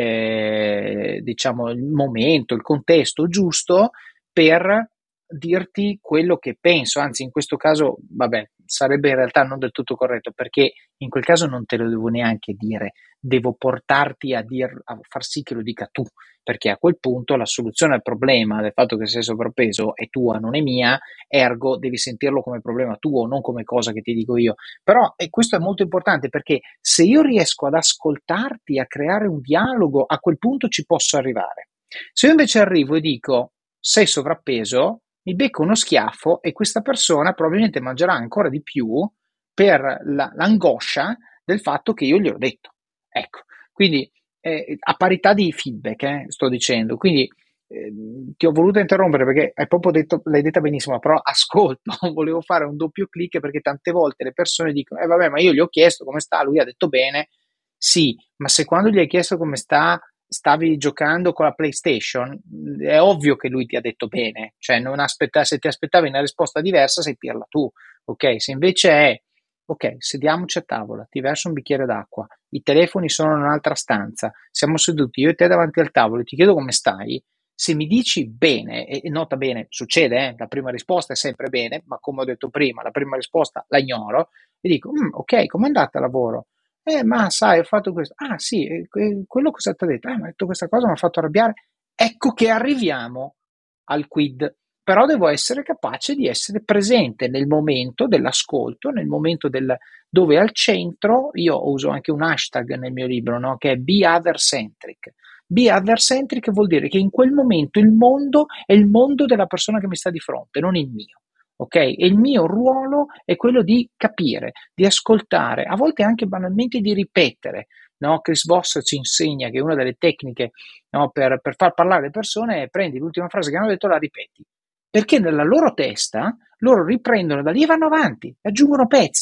diciamo il momento, il contesto giusto per dirti quello che penso, anzi in questo caso, vabbè, sarebbe in realtà non del tutto corretto, perché in quel caso non te lo devo neanche dire, devo portarti a far sì che lo dica tu, perché a quel punto la soluzione al problema del fatto che sei sovrappeso è tua, non è mia, ergo devi sentirlo come problema tuo, non come cosa che ti dico io. Però e questo è molto importante, perché se io riesco ad ascoltarti, a creare un dialogo, a quel punto ci posso arrivare. Se io invece arrivo e dico sei sovrappeso, mi becco uno schiaffo e questa persona probabilmente mangerà ancora di più per l'angoscia del fatto che io gli ho detto. Ecco, quindi a parità di feedback, sto dicendo. Quindi ti ho voluto interrompere perché hai proprio detto, l'hai detta benissimo, però ascolto, volevo fare un doppio clic perché tante volte le persone dicono, vabbè, ma io gli ho chiesto come sta, lui ha detto bene, sì, ma se quando gli hai chiesto come sta stavi giocando con la PlayStation, è ovvio che lui ti ha detto bene, cioè se ti aspettavi una risposta diversa sei pirla tu, ok? Se invece è, ok, sediamoci a tavola, ti verso un bicchiere d'acqua, i telefoni sono in un'altra stanza, siamo seduti io e te davanti al tavolo e ti chiedo come stai, se mi dici bene, e nota bene, succede, la prima risposta è sempre bene, ma come ho detto prima, la prima risposta la ignoro, e dico, ok, com'è andata il lavoro? Ma sai, ho fatto questo. Ah, sì, quello cosa ti ha detto? Mi ha detto questa cosa, mi ha fatto arrabbiare. Ecco che arriviamo al quid. Però devo essere capace di essere presente nel momento dell'ascolto, nel momento dove al centro, io uso anche un hashtag nel mio libro, no? Che è Be Other Centric. Be Other Centric vuol dire che in quel momento il mondo è il mondo della persona che mi sta di fronte, non il mio. Ok? E il mio ruolo è quello di capire, di ascoltare, a volte anche banalmente di ripetere. No? Chris Voss ci insegna che una delle tecniche, no, per far parlare le persone è prendi l'ultima frase che hanno detto e la ripeti. Perché nella loro testa loro riprendono da lì e vanno avanti, aggiungono pezzi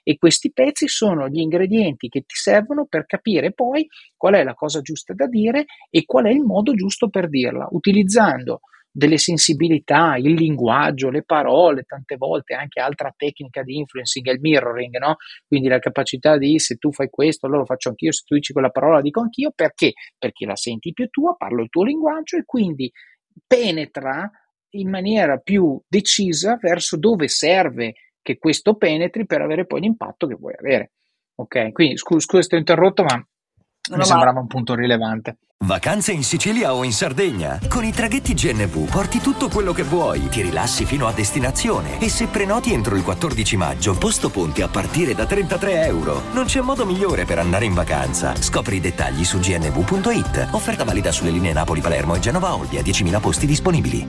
e questi pezzi sono gli ingredienti che ti servono per capire poi qual è la cosa giusta da dire e qual è il modo giusto per dirla, utilizzando delle sensibilità, il linguaggio, le parole, tante volte anche altra tecnica di influencing è il mirroring, no? Quindi la capacità di se tu fai questo, allora lo faccio anch'io, se tu dici quella parola la dico anch'io, perché? Perché la senti più tua, parlo il tuo linguaggio e quindi penetra in maniera più decisa verso dove serve che questo penetri per avere poi l'impatto che vuoi avere. Ok, quindi scusa ti ho interrotto, ma No, mi no, ma sembrava un punto rilevante. Vacanze in Sicilia o in Sardegna. Con i traghetti GNV porti tutto quello che vuoi, ti rilassi fino a destinazione e se prenoti entro il 14 maggio, posto ponti a partire da €33. Non c'è modo migliore per andare in vacanza. Scopri i dettagli su gnv.it. Offerta valida sulle linee Napoli-Palermo e Genova-Olbia, 10.000 posti disponibili.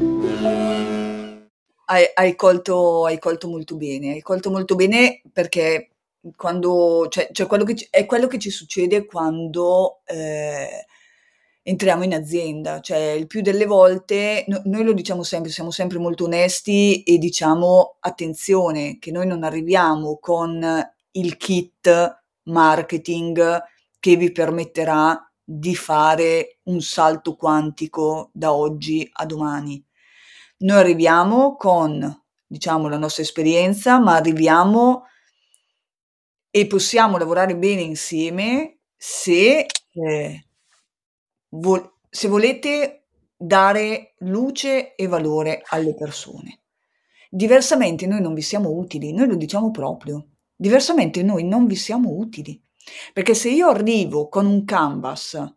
hai colto molto bene perché quando, cioè è quello che ci succede quando entriamo in azienda, cioè il più delle volte noi lo diciamo sempre, siamo sempre molto onesti e diciamo attenzione che noi non arriviamo con il kit marketing che vi permetterà di fare un salto quantico da oggi a domani. Noi arriviamo con, diciamo, la nostra esperienza, ma arriviamo e possiamo lavorare bene insieme se, se volete dare luce e valore alle persone. Diversamente noi non vi siamo utili, noi lo diciamo proprio. Diversamente noi non vi siamo utili. Perché se io arrivo con un canvas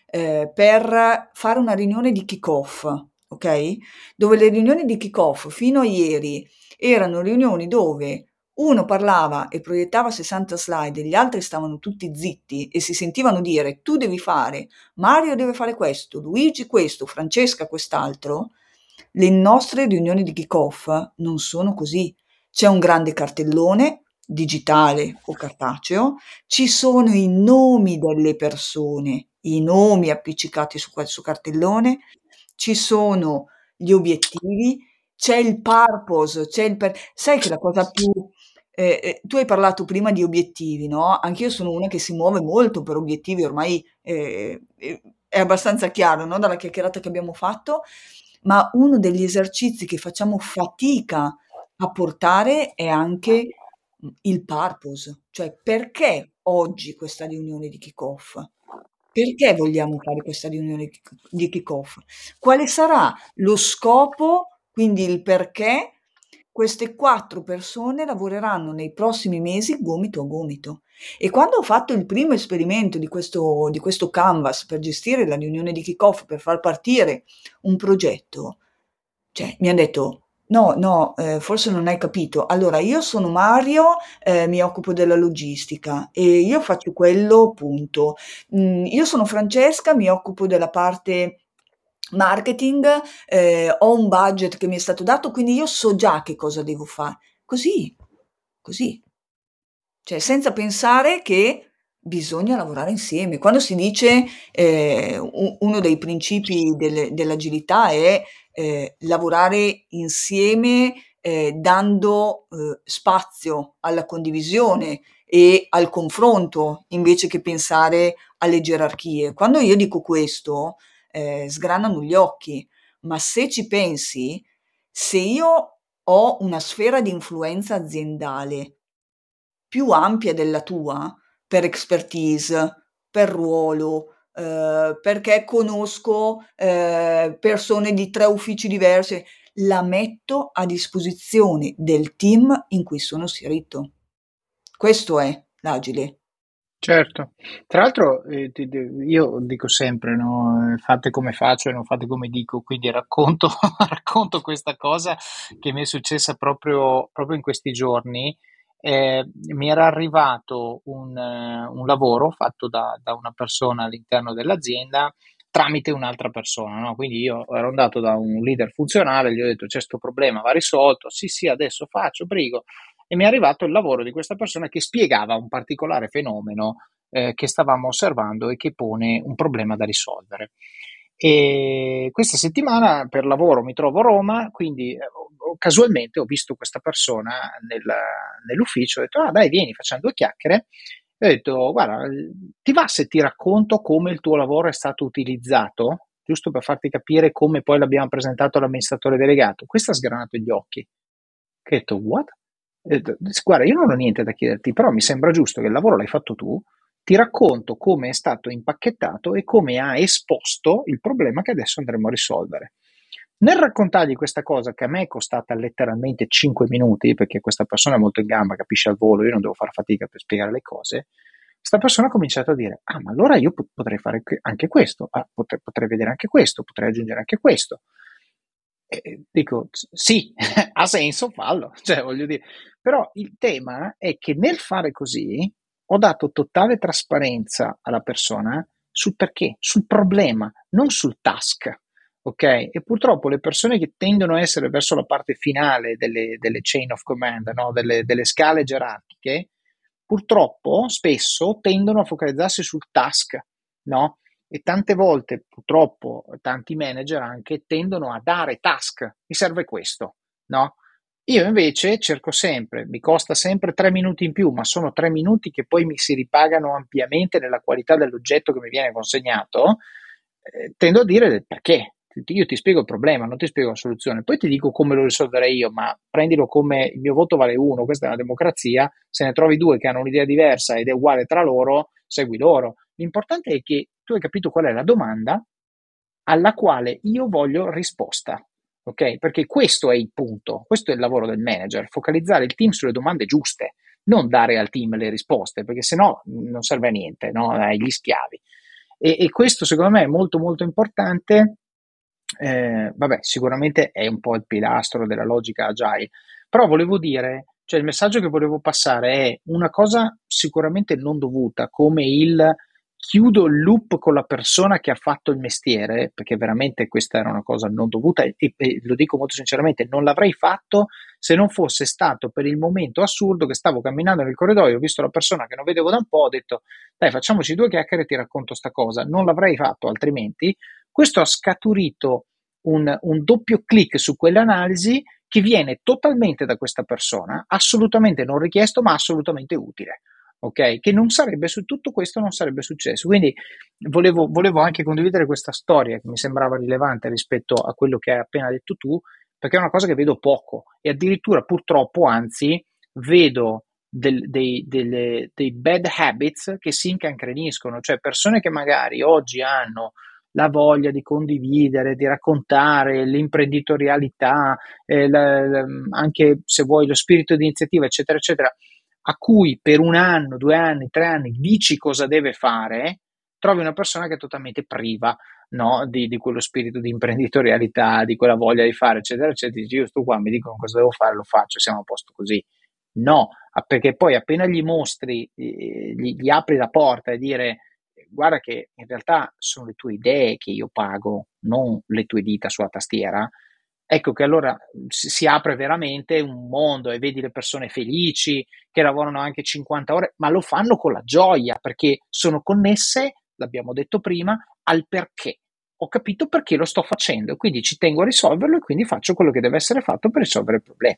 per fare una riunione di kick-off, ok? Dove le riunioni di kick-off fino a ieri erano riunioni dove uno parlava e proiettava 60 slide e gli altri stavano tutti zitti e si sentivano dire tu devi fare, Mario deve fare questo, Luigi questo, Francesca quest'altro. Le nostre riunioni di kick-off non sono così. C'è un grande cartellone, digitale o cartaceo, ci sono i nomi delle persone, i nomi appiccicati su questo cartellone, ci sono gli obiettivi, c'è il purpose, sai che la cosa più tu hai parlato prima di obiettivi, no, anch'io sono una che si muove molto per obiettivi, ormai, è abbastanza chiaro, no, dalla chiacchierata che abbiamo fatto, ma uno degli esercizi che facciamo fatica a portare è anche, il purpose, cioè perché oggi questa riunione di kick-off? Perché vogliamo fare questa riunione di kick-off? Quale sarà lo scopo, quindi il perché queste 4 persone lavoreranno nei prossimi mesi gomito a gomito. E quando ho fatto il primo esperimento di questo canvas per gestire la riunione di kick-off, per far partire un progetto, cioè mi han detto: "No, no, forse non hai capito. Allora io sono Mario, mi occupo della logistica e io faccio quello, punto. Io sono Francesca, mi occupo della parte marketing, ho un budget che mi è stato dato, quindi io so già che cosa devo così, così. Cioè senza pensare che bisogna lavorare insieme. Quando si dice, uno dei principi dell'agilità è, lavorare insieme, dando, spazio alla condivisione e al confronto, invece che pensare alle gerarchie. Quando io dico questo, sgranano gli occhi, ma se ci pensi, se io ho una sfera di influenza aziendale più ampia della tua, per expertise, per ruolo, perché conosco, persone di 3 uffici diversi, la metto a disposizione del team in cui sono inserito. Questo è l'agile. Certo, tra l'altro io dico sempre, no, fate come faccio e non fate come dico, quindi racconto, racconto questa cosa che mi è successa proprio in questi giorni. Mi era arrivato un lavoro fatto da una persona all'interno dell'azienda tramite un'altra persona, no? Quindi io ero andato da un leader funzionale, gli ho detto c'è questo problema, va risolto, sì sì adesso faccio, prego, e mi è arrivato il lavoro di questa persona che spiegava un particolare fenomeno che stavamo osservando e che pone un problema da risolvere. E questa settimana per lavoro mi trovo a Roma, quindi casualmente ho visto questa persona nell'ufficio, ho detto, ah dai, vieni, facciamo due chiacchiere. E ho detto, guarda, ti va se ti racconto come il tuo lavoro è stato utilizzato, giusto per farti capire come poi l'abbiamo presentato all'amministratore delegato? Questo ha sgranato gli occhi. Che ho detto, what? Ho detto, guarda, io non ho niente da chiederti, però mi sembra giusto che il lavoro l'hai fatto tu, ti racconto come è stato impacchettato e come ha esposto il problema che adesso andremo a risolvere. Nel raccontargli questa cosa, che a me è costata letteralmente 5 minuti, perché questa persona è molto in gamba, capisce al volo, io non devo fare fatica per spiegare le cose, questa persona ha cominciato a dire, ah, ma allora io potrei fare anche questo, potrei vedere anche questo, potrei aggiungere anche questo. E dico, sì, ha senso, fallo, cioè voglio dire, però il tema è che nel fare così ho dato totale trasparenza alla persona sul perché, sul problema, non sul task, ok? E purtroppo le persone che tendono a essere verso la parte finale delle chain of command, no? delle scale gerarchiche, purtroppo spesso tendono a focalizzarsi sul task, no? E tante volte, purtroppo, tanti manager anche tendono a dare task, mi serve questo, no? Io invece cerco sempre, mi costa sempre 3 minuti in più, ma sono 3 minuti che poi mi si ripagano ampiamente nella qualità dell'oggetto che mi viene consegnato, tendo a dire del perché. Io ti spiego il problema, non ti spiego la soluzione, poi ti dico come lo risolverei io, ma prendilo come il mio voto vale uno, questa è una democrazia, se ne trovi due che hanno un'idea diversa ed è uguale tra loro, segui loro. L'importante è che tu hai capito qual è la domanda alla quale io voglio risposta, ok? Perché questo è il punto, questo è il lavoro del manager, focalizzare il team sulle domande giuste, non dare al team le risposte, perché sennò non serve a niente, no? Gli schiavi. E questo secondo me è molto molto importante. Vabbè, sicuramente è un po' il pilastro della logica agile, però volevo dire, cioè il messaggio che volevo passare è una cosa sicuramente non dovuta, come il chiudo il loop con la persona che ha fatto il mestiere, perché veramente questa era una cosa non dovuta e lo dico molto sinceramente, non l'avrei fatto se non fosse stato per il momento assurdo che stavo camminando nel corridoio, ho visto la persona che non vedevo da un po', ho detto dai facciamoci due chiacchiere e ti racconto sta cosa, non l'avrei fatto altrimenti. Questo ha scaturito un doppio click su quell'analisi che viene totalmente da questa persona, assolutamente non richiesto, ma assolutamente utile. Ok? Che non sarebbe su tutto questo non sarebbe successo. Quindi volevo anche condividere questa storia che mi sembrava rilevante rispetto a quello che hai appena detto tu, perché è una cosa che vedo poco e addirittura purtroppo, anzi, vedo dei bad habits che si incancreniscono, cioè persone che magari oggi hanno la voglia di condividere, di raccontare l'imprenditorialità, anche se vuoi lo spirito di iniziativa, eccetera, eccetera, a cui per 1 anno, 2 anni, 3 anni dici cosa deve fare, trovi una persona che è totalmente priva, no, di quello spirito di imprenditorialità, di quella voglia di fare, eccetera, eccetera. Dici, io sto qua, mi dicono cosa devo fare, lo faccio, siamo a posto così. No, perché poi appena gli mostri, gli apri la porta e dire guarda che in realtà sono le tue idee che io pago, non le tue dita sulla tastiera, ecco che allora si apre veramente un mondo e vedi le persone felici che lavorano anche 50 ore, ma lo fanno con la gioia perché sono connesse, l'abbiamo detto prima, al perché. Ho capito perché lo sto facendo, quindi ci tengo a risolverlo e quindi faccio quello che deve essere fatto per risolvere il problema.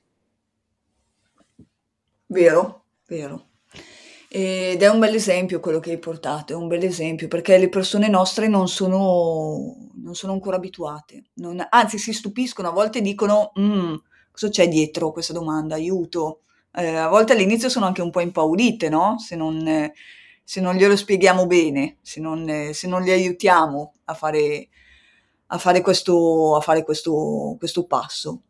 Vero, vero. Ed è un bel esempio quello che hai portato, è un bel esempio, perché le persone nostre non sono ancora abituate, anzi si stupiscono, a volte dicono, cosa c'è dietro questa domanda, aiuto. A volte all'inizio sono anche un po' impaurite, no? Se non glielo spieghiamo bene, se non li aiutiamo a fare questo passo.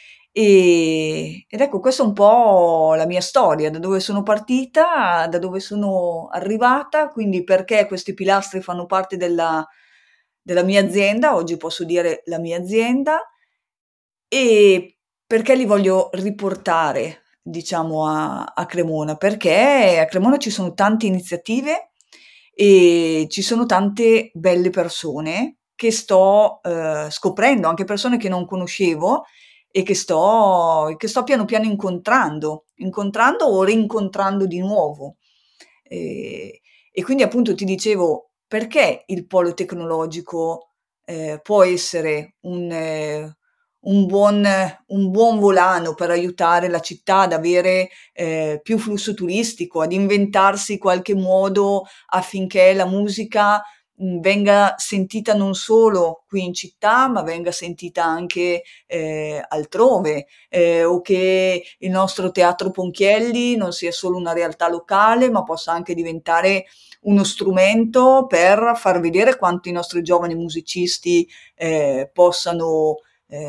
Ed ecco, questa è un po' la mia storia, da dove sono partita, da dove sono arrivata, quindi perché questi pilastri fanno parte della mia azienda, oggi posso dire la mia azienda, e perché li voglio riportare, diciamo, a Cremona, perché a Cremona ci sono tante iniziative e ci sono tante belle persone che sto scoprendo, anche persone che non conoscevo e che sto piano piano incontrando o rincontrando di nuovo. E quindi appunto ti dicevo, perché il polo tecnologico può essere un buon volano per aiutare la città ad avere più flusso turistico, ad inventarsi qualche modo affinché la musica venga sentita non solo qui in città, ma venga sentita anche altrove, o che il nostro Teatro Ponchielli non sia solo una realtà locale, ma possa anche diventare uno strumento per far vedere quanto i nostri giovani musicisti possano,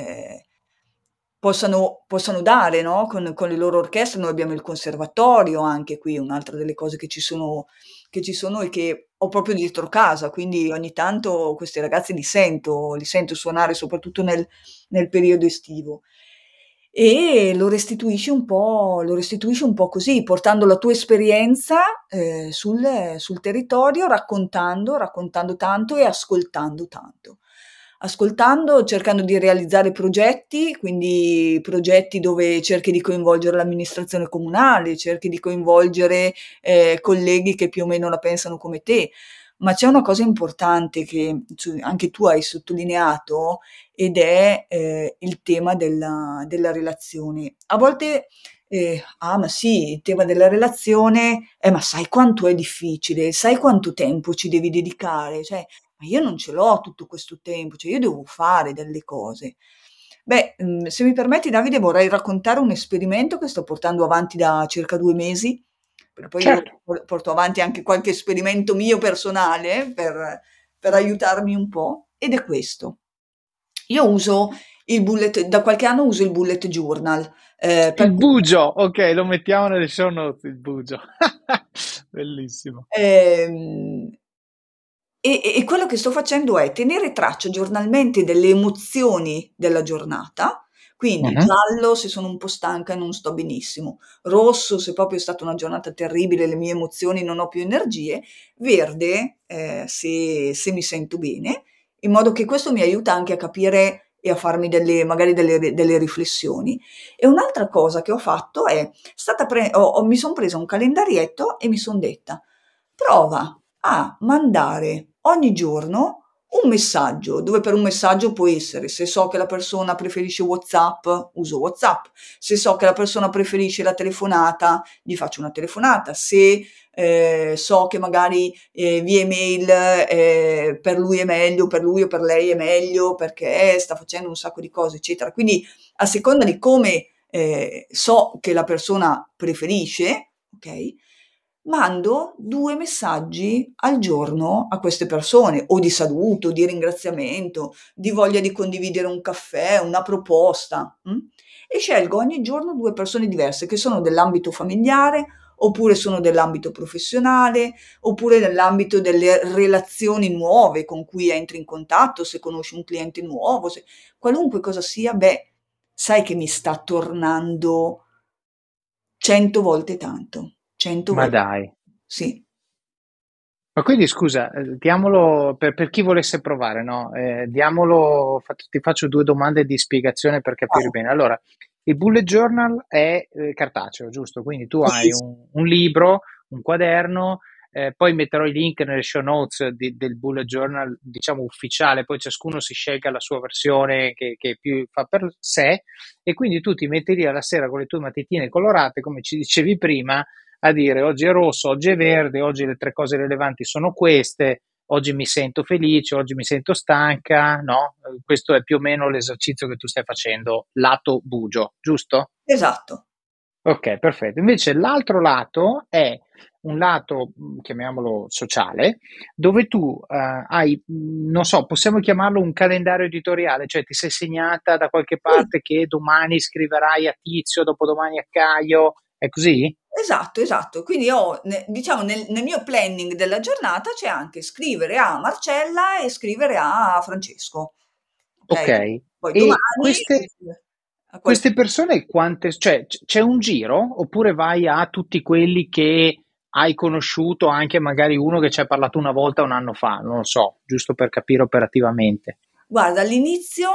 possano dare, no? Con le loro orchestre. Noi abbiamo il conservatorio anche qui, un'altra delle cose che ci sono e che ho proprio dietro casa, quindi ogni tanto questi ragazzi li sento suonare soprattutto nel periodo estivo. E lo restituisci un po' così, portando la tua esperienza sul territorio, raccontando tanto e ascoltando tanto. Ascoltando, cercando di realizzare progetti, quindi progetti dove cerchi di coinvolgere l'amministrazione comunale, cerchi di coinvolgere colleghi che più o meno la pensano come te. Ma c'è una cosa importante che anche tu hai sottolineato ed è il tema della relazione. A volte, ma sì, il tema della relazione, ma sai quanto è difficile, sai quanto tempo ci devi dedicare, cioè, ma io non ce l'ho tutto questo tempo, cioè io devo fare delle cose. Beh, se mi permetti Davide, vorrei raccontare un esperimento che sto portando avanti da circa 2 mesi, perché poi io Certo. porto avanti anche qualche esperimento mio personale per aiutarmi un po', ed è questo. Io uso da qualche anno uso il bullet journal, Il per cui bugio, ok, lo mettiamo nelle show notes, il bugio. Bellissimo. ehm, e quello che sto facendo è tenere traccia giornalmente delle emozioni della giornata, quindi Mhm. giallo se sono un po' stanca e non sto benissimo, rosso se proprio è stata una giornata terribile, le mie emozioni, non ho più energie, verde se mi sento bene, in modo che questo mi aiuta anche a capire e a farmi magari delle riflessioni. E un'altra cosa che ho fatto è mi sono presa un calendarietto e mi sono detta, prova a mandare ogni giorno un messaggio, dove per un messaggio può essere, se so che la persona preferisce WhatsApp, uso WhatsApp, se so che la persona preferisce la telefonata, gli faccio una telefonata, se so che magari via email per lui è meglio, per lui o per lei è meglio perché sta facendo un sacco di cose, eccetera. Quindi a seconda di come so che la persona preferisce, ok? Mando 2 messaggi al giorno a queste persone, o di saluto, di ringraziamento, di voglia di condividere un caffè, una proposta, e scelgo ogni giorno 2 persone diverse che sono dell'ambito familiare, oppure sono dell'ambito professionale, oppure nell'ambito delle relazioni nuove con cui entri in contatto, se conosci un cliente nuovo, qualunque cosa sia, beh, sai che mi sta tornando 100 volte tanto, 100 Ma volte. dai. Sì, Ma quindi scusa, diamolo per chi volesse provare, no? Diamolo, ti faccio due domande di spiegazione per capire vai. bene. Allora, il bullet journal è cartaceo, giusto? Quindi tu hai Sì, un libro, un quaderno, poi metterò i link nelle show notes del bullet journal, diciamo ufficiale, poi ciascuno si scelga la sua versione che più fa per sé, e quindi tu ti metti lì alla sera con le tue matitine colorate, come ci dicevi prima, a dire oggi è rosso, oggi è verde, oggi le tre cose rilevanti sono queste, oggi mi sento felice, oggi mi sento stanca, no? Questo è più o meno l'esercizio che tu stai facendo, lato bugio, giusto? esatto. Ok, perfetto. Invece l'altro lato è un lato, chiamiamolo sociale, dove tu hai, non so, possiamo chiamarlo un calendario editoriale, cioè ti sei segnata da qualche Sì, parte che domani scriverai a Tizio, dopodomani a Caio, è così? esatto, esatto. Quindi diciamo nel mio planning della giornata c'è anche scrivere a Marcella e scrivere a Francesco, Ok, okay? Poi e domani a queste qualcuno. persone quante, cioè c'è un giro oppure vai a tutti quelli che hai conosciuto, anche magari uno che ci hai parlato una volta un anno fa, non lo so, giusto per capire operativamente. Guarda, all'inizio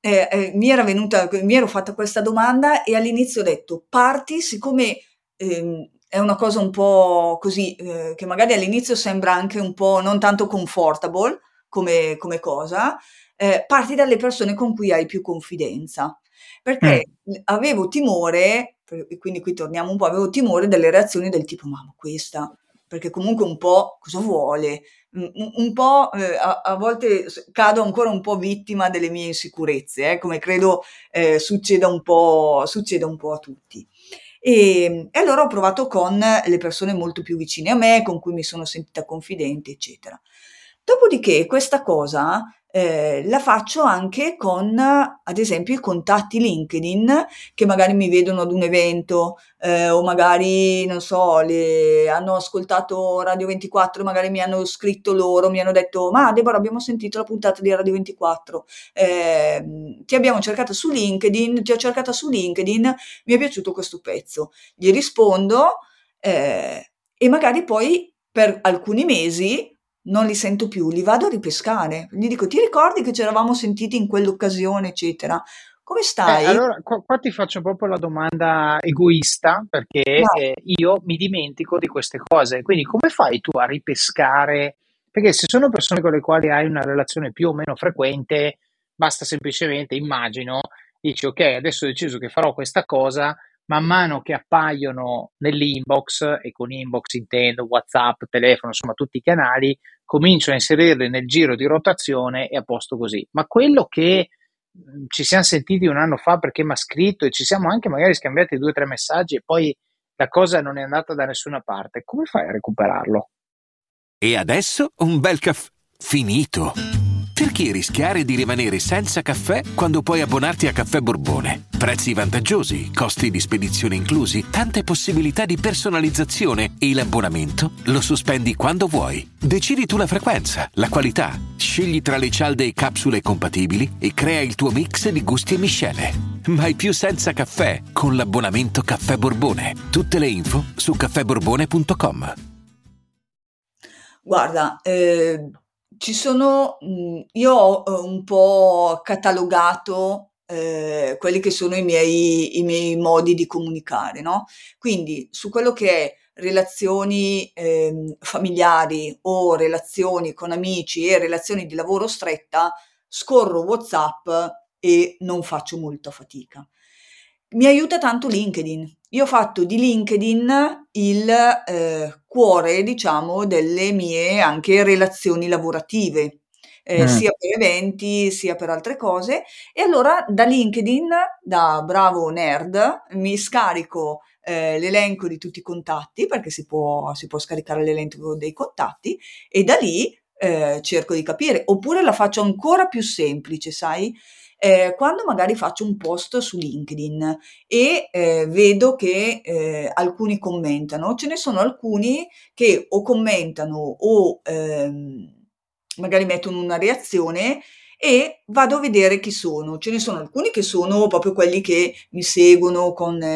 mi ero fatta questa domanda e all'inizio ho detto parti, siccome è una cosa un po' così, che magari all'inizio sembra anche un po' non tanto comfortable come cosa, parti dalle persone con cui hai più confidenza, perché avevo timore, e quindi qui torniamo un po', avevo timore delle reazioni del tipo: "Ma questa", perché comunque un po' cosa vuole? Un po', a volte cado ancora un po' vittima delle mie insicurezze, come credo succeda un po' a tutti. E allora ho provato con le persone molto più vicine a me, con cui mi sono sentita confidente, eccetera. Dopodiché questa cosa la faccio anche con, ad esempio, i contatti LinkedIn che magari mi vedono ad un evento, o magari, non so, hanno ascoltato Radio 24, magari mi hanno scritto loro, mi hanno detto: "Ma Deborah, abbiamo sentito la puntata di Radio 24, ti abbiamo cercata su LinkedIn, ti ho cercata su LinkedIn, mi è piaciuto questo pezzo". Gli rispondo, e magari poi per alcuni mesi non li sento più, li vado a ripescare. Gli dico: "Ti ricordi che ci eravamo sentiti in quell'occasione, eccetera? Come stai?" Allora, qua ti faccio proprio la domanda egoista, perché Vai. io mi dimentico di queste cose. Quindi, come fai tu a ripescare? Perché se sono persone con le quali hai una relazione più o meno frequente, basta semplicemente, immagino, dici: ok, adesso ho deciso che farò questa cosa, man mano che appaiono nell'inbox, e con inbox intendo WhatsApp, telefono, insomma, tutti i canali, comincio a inserirli nel giro di rotazione e a posto così. Ma quello che ci siamo sentiti un anno fa perché mi ha scritto e ci siamo anche magari scambiati 2 o 3 messaggi e poi la cosa non è andata da nessuna parte. Come fai a recuperarlo? E adesso un bel caffè finito. Perché rischiare di rimanere senza caffè quando puoi abbonarti a Caffè Borbone? Prezzi vantaggiosi, costi di spedizione inclusi, tante possibilità di personalizzazione e l'abbonamento lo sospendi quando vuoi. Decidi tu la frequenza, la qualità, scegli tra le cialde e capsule compatibili e crea il tuo mix di gusti e miscele. Mai più senza caffè con l'abbonamento Caffè Borbone. Tutte le info su caffèborbone.com. Guarda, io ho un po' catalogato quelli che sono i miei modi di comunicare, no? Quindi su quello che è relazioni familiari o relazioni con amici e relazioni di lavoro stretta, scorro WhatsApp e non faccio molta fatica. Mi aiuta tanto LinkedIn. Io ho fatto di LinkedIn il cuore, diciamo, delle mie anche relazioni lavorative, sia per eventi, sia per altre cose. E allora da LinkedIn, da bravo nerd, mi scarico l'elenco di tutti i contatti, perché si può scaricare l'elenco dei contatti, e da lì cerco di capire. Oppure la faccio ancora più semplice, sai? Quando magari faccio un post su LinkedIn e vedo che alcuni commentano, ce ne sono alcuni che o commentano o magari mettono una reazione e vado a vedere chi sono. Ce ne sono alcuni che sono proprio quelli che mi seguono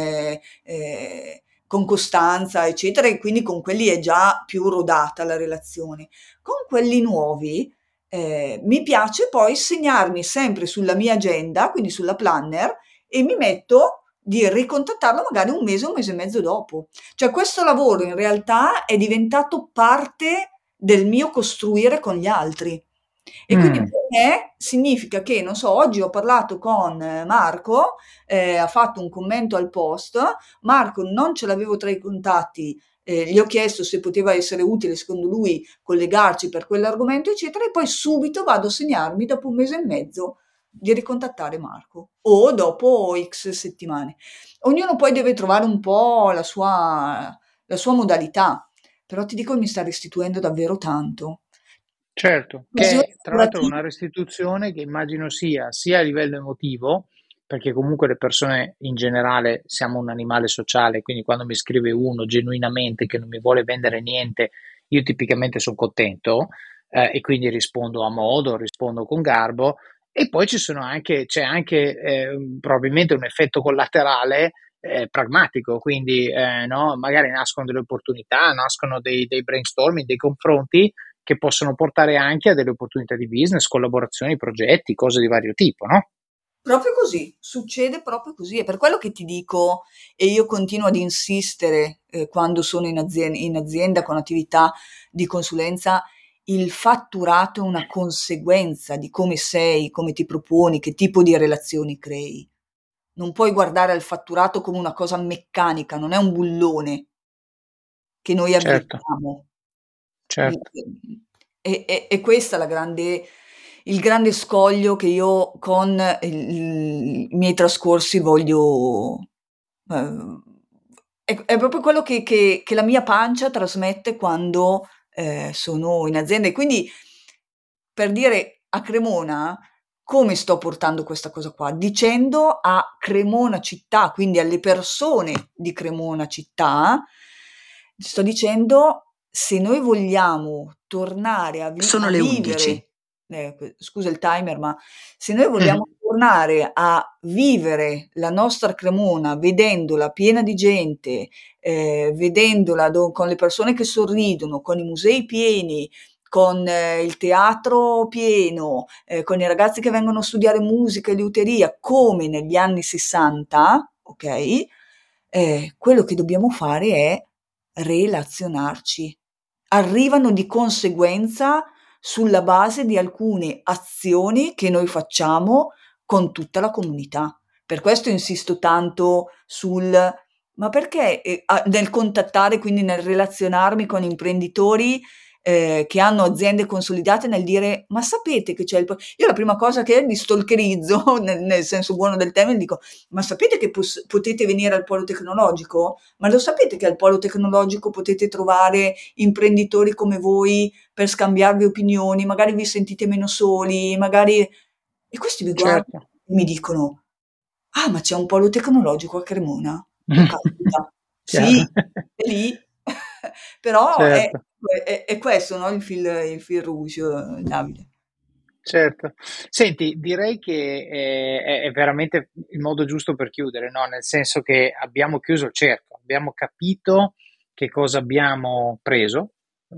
con costanza, eccetera, e quindi con quelli è già più rodata la relazione. Con quelli nuovi mi piace poi segnarmi sempre sulla mia agenda, quindi sulla planner, e mi metto di ricontattarlo magari un mese e mezzo dopo. Cioè questo lavoro in realtà è diventato parte del mio costruire con gli altri. E quindi per me significa che, non so, oggi ho parlato con Marco, ha fatto un commento al post, Marco non ce l'avevo tra i contatti, gli ho chiesto se poteva essere utile secondo lui collegarci per quell'argomento, eccetera, e poi subito vado a segnarmi dopo un mese e mezzo di ricontattare Marco o dopo X settimane. Ognuno poi deve trovare un po' la sua modalità, però ti dico che mi sta restituendo davvero tanto. Certo, che Occasioni è tra l'altro lavorative. una restituzione che immagino sia a livello emotivo, perché comunque le persone in generale siamo un animale sociale, quindi quando mi scrive uno genuinamente che non mi vuole vendere niente, io tipicamente sono contento, e quindi rispondo a modo, rispondo con garbo, e poi c'è anche probabilmente un effetto collaterale pragmatico, quindi no, magari nascono delle opportunità, nascono dei brainstorming, dei confronti che possono portare anche a delle opportunità di business, collaborazioni, progetti, cose di vario tipo, no? Proprio così, succede proprio così. È per quello che ti dico, e io continuo ad insistere, quando sono in azienda con attività di consulenza, il fatturato è una conseguenza di come sei, come ti proponi, che tipo di relazioni crei. Non puoi guardare al fatturato come una cosa meccanica, non è un bullone che noi Certo, avvitiamo. certo. E questa è il grande scoglio che io con i miei trascorsi voglio... è proprio quello che la mia pancia trasmette quando sono in azienda. E quindi, per dire, a Cremona, come sto portando questa cosa qua? Dicendo a Cremona città, quindi alle persone di Cremona città, sto dicendo, se noi vogliamo tornare Sono a le 11. vivere, scusa il timer, ma se noi vogliamo tornare a vivere la nostra Cremona vedendola piena di gente, vedendola con le persone che sorridono, con i musei pieni, con il teatro pieno, con i ragazzi che vengono a studiare musica e liuteria, come negli anni 60, ok? Quello che dobbiamo fare è relazionarci. Arrivano di conseguenza sulla base di alcune azioni che noi facciamo con tutta la comunità. Per questo insisto tanto ma perché nel contattare, quindi nel relazionarmi con imprenditori che hanno aziende consolidate, nel dire ma sapete che c'è io la prima cosa che li stalkerizzo nel senso buono del termine, dico ma sapete che potete venire al polo tecnologico? Ma lo sapete che al polo tecnologico potete trovare imprenditori come voi per scambiarvi opinioni, magari vi sentite meno soli, magari... E questi mi guardano Certo. e mi dicono, ah, ma c'è un polo tecnologico a Cremona? Oh, caspita. Sì, Chiaro. è lì. Però Certo. è questo, no? Il fil rouge, Davide. Certo. Senti, direi che è veramente il modo giusto per chiudere, no? Nel senso che abbiamo chiuso il cerchio, abbiamo capito che cosa abbiamo preso,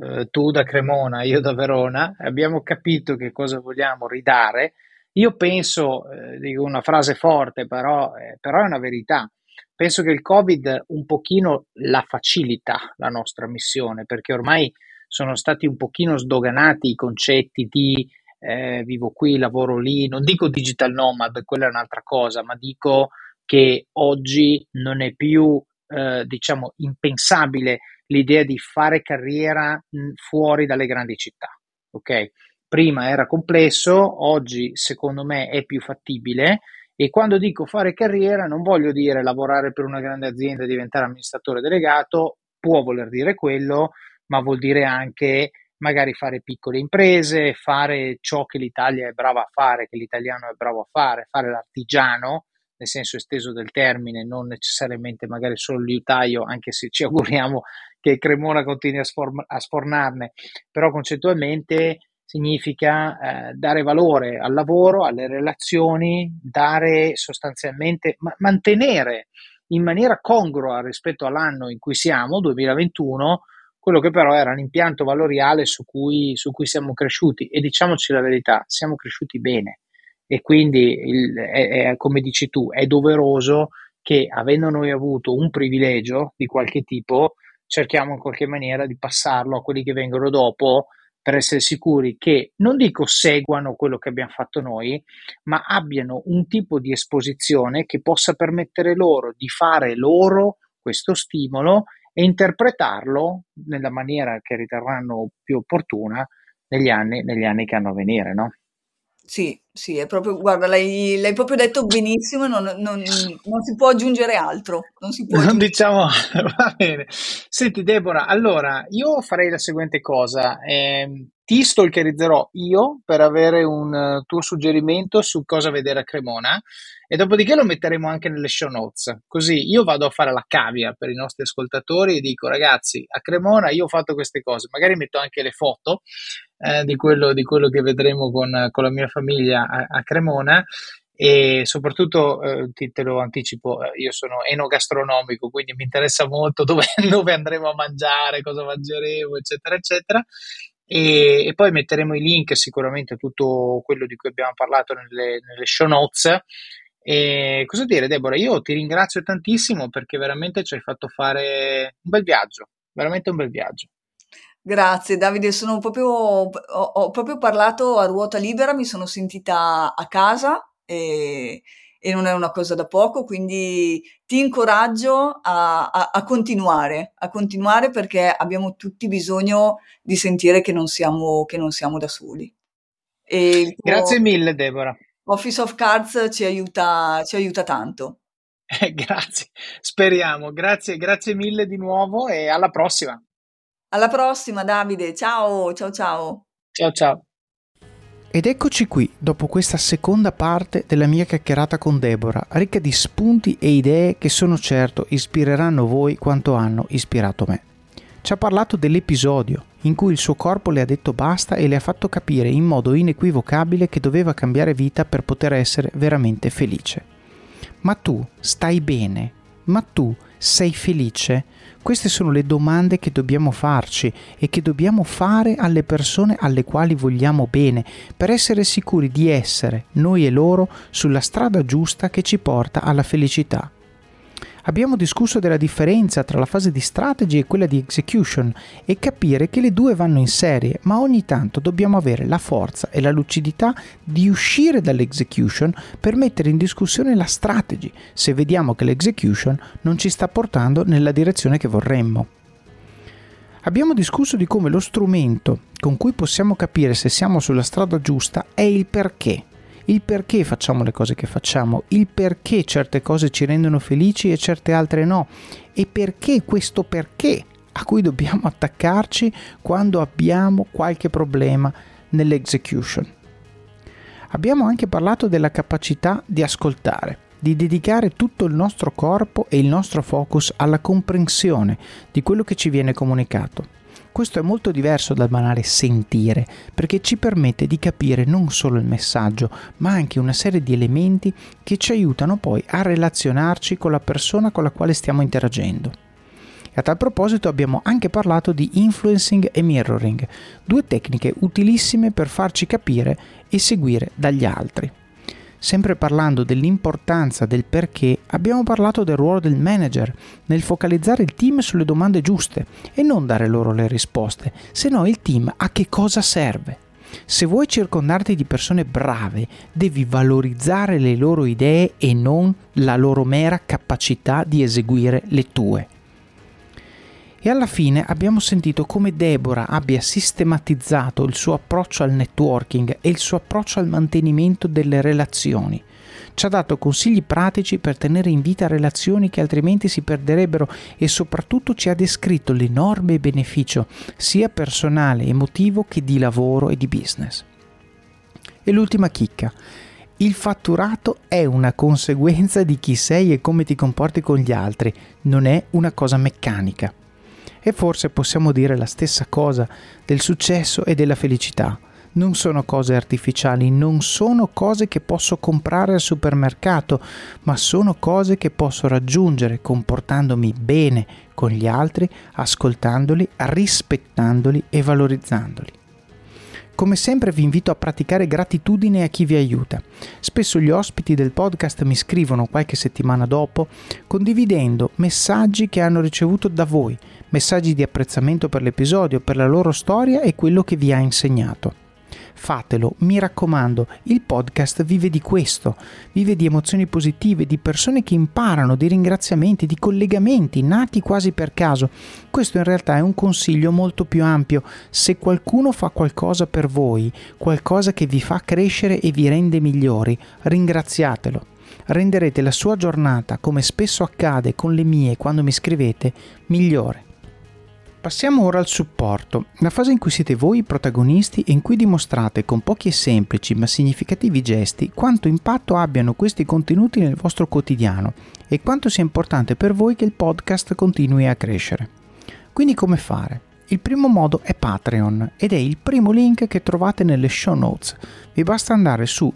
tu da Cremona, io da Verona, abbiamo capito che cosa vogliamo ridare. Io penso, dico una frase forte, però è una verità. Penso che il Covid un pochino la facilita la nostra missione, perché ormai sono stati un pochino sdoganati i concetti di vivo qui, lavoro lì, non dico digital nomad, quella è un'altra cosa, ma dico che oggi non è più, diciamo, impensabile l'idea di fare carriera fuori dalle grandi città, ok? Prima era complesso, oggi secondo me è più fattibile e quando dico fare carriera non voglio dire lavorare per una grande azienda e diventare amministratore delegato, può voler dire quello, ma vuol dire anche magari fare piccole imprese, fare ciò che l'Italia è brava a fare, che l'italiano è bravo a fare l'artigiano, nel senso esteso del termine, non necessariamente magari solo il liutaio, anche se ci auguriamo che Cremona continui a sfornarne, però concettualmente significa dare valore al lavoro, alle relazioni, dare sostanzialmente, mantenere in maniera congrua rispetto all'anno in cui siamo, 2021, quello che però era l'impianto valoriale su cui siamo cresciuti e diciamoci la verità, siamo cresciuti bene e quindi come dici tu, è doveroso che avendo noi avuto un privilegio di qualche tipo, cerchiamo in qualche maniera di passarlo a quelli che vengono dopo per essere sicuri che non dico seguano quello che abbiamo fatto noi, ma abbiano un tipo di esposizione che possa permettere loro di fare loro questo stimolo e interpretarlo nella maniera che riterranno più opportuna negli anni che hanno a venire, no? Sì, sì, è proprio, guarda, l'hai proprio detto benissimo, non si può aggiungere altro, non si può Non aggiungere. diciamo, va bene. Senti, Deborah, allora io farei la seguente cosa: ti stalkerizzerò io per avere un tuo suggerimento su cosa vedere a Cremona e dopodiché lo metteremo anche nelle show notes. Così io vado a fare la cavia per i nostri ascoltatori e dico, ragazzi, a Cremona io ho fatto queste cose, magari metto anche le foto di quello che vedremo con la mia famiglia a Cremona e soprattutto te lo anticipo, io sono enogastronomico, quindi mi interessa molto dove, dove andremo a mangiare, cosa mangeremo, eccetera, eccetera. E poi metteremo i link sicuramente a tutto quello di cui abbiamo parlato nelle show notes. E cosa dire, Deborah? Io ti ringrazio tantissimo perché veramente ci hai fatto fare un bel viaggio, veramente un bel viaggio. Grazie Davide, ho proprio parlato a ruota libera, mi sono sentita a casa e non è una cosa da poco, quindi ti incoraggio a continuare perché abbiamo tutti bisogno di sentire che non siamo da soli. E il Grazie tuo mille, Deborah. Office of Cards ci aiuta tanto. Grazie, speriamo. Grazie mille di nuovo e alla prossima. Alla prossima Davide, ciao. Ciao. Ed eccoci qui, dopo questa seconda parte della mia chiacchierata con Deborah, ricca di spunti e idee che sono certo ispireranno voi quanto hanno ispirato me. Ci ha parlato dell'episodio in cui il suo corpo le ha detto basta e le ha fatto capire in modo inequivocabile che doveva cambiare vita per poter essere veramente felice. Ma tu stai bene? Ma tu sei felice? Queste sono le domande che dobbiamo farci e che dobbiamo fare alle persone alle quali vogliamo bene per essere sicuri di essere, noi e loro, sulla strada giusta che ci porta alla felicità. Abbiamo discusso della differenza tra la fase di strategy e quella di execution e capire che le due vanno in serie, ma ogni tanto dobbiamo avere la forza e la lucidità di uscire dall'execution per mettere in discussione la strategy, se vediamo che l'execution non ci sta portando nella direzione che vorremmo. Abbiamo discusso di come lo strumento con cui possiamo capire se siamo sulla strada giusta è il perché. Il perché facciamo le cose che facciamo, il perché certe cose ci rendono felici e certe altre no, e perché questo perché a cui dobbiamo attaccarci quando abbiamo qualche problema nell'execution. Abbiamo anche parlato della capacità di ascoltare, di dedicare tutto il nostro corpo e il nostro focus alla comprensione di quello che ci viene comunicato. Questo è molto diverso dal banale sentire, perché ci permette di capire non solo il messaggio, ma anche una serie di elementi che ci aiutano poi a relazionarci con la persona con la quale stiamo interagendo. E a tal proposito abbiamo anche parlato di influencing e mirroring, due tecniche utilissime per farci capire e seguire dagli altri. Sempre parlando dell'importanza del perché, abbiamo parlato del ruolo del manager nel focalizzare il team sulle domande giuste e non dare loro le risposte, se no il team a che cosa serve? Se vuoi circondarti di persone brave, devi valorizzare le loro idee e non la loro mera capacità di eseguire le tue. E alla fine abbiamo sentito come Deborah abbia sistematizzato il suo approccio al networking e il suo approccio al mantenimento delle relazioni. Ci ha dato consigli pratici per tenere in vita relazioni che altrimenti si perderebbero e soprattutto ci ha descritto l'enorme beneficio sia personale, emotivo che di lavoro e di business. E l'ultima chicca. Il fatturato è una conseguenza di chi sei e come ti comporti con gli altri, non è una cosa meccanica. E forse possiamo dire la stessa cosa del successo e della felicità. Non sono cose artificiali, non sono cose che posso comprare al supermercato, ma sono cose che posso raggiungere comportandomi bene con gli altri, ascoltandoli, rispettandoli e valorizzandoli. Come sempre vi invito a praticare gratitudine a chi vi aiuta. Spesso gli ospiti del podcast mi scrivono qualche settimana dopo condividendo messaggi che hanno ricevuto da voi, messaggi di apprezzamento per l'episodio, per la loro storia e quello che vi ha insegnato. Fatelo, mi raccomando, il podcast vive di questo, vive di emozioni positive, di persone che imparano, di ringraziamenti, di collegamenti nati quasi per caso. Questo in realtà è un consiglio molto più ampio. Se qualcuno fa qualcosa per voi, qualcosa che vi fa crescere e vi rende migliori, ringraziatelo. Renderete la sua giornata, come spesso accade con le mie quando mi scrivete, migliore. Passiamo ora al supporto, la fase in cui siete voi i protagonisti e in cui dimostrate con pochi e semplici ma significativi gesti quanto impatto abbiano questi contenuti nel vostro quotidiano e quanto sia importante per voi che il podcast continui a crescere. Quindi come fare? Il primo modo è Patreon ed è il primo link che trovate nelle show notes. Vi basta andare su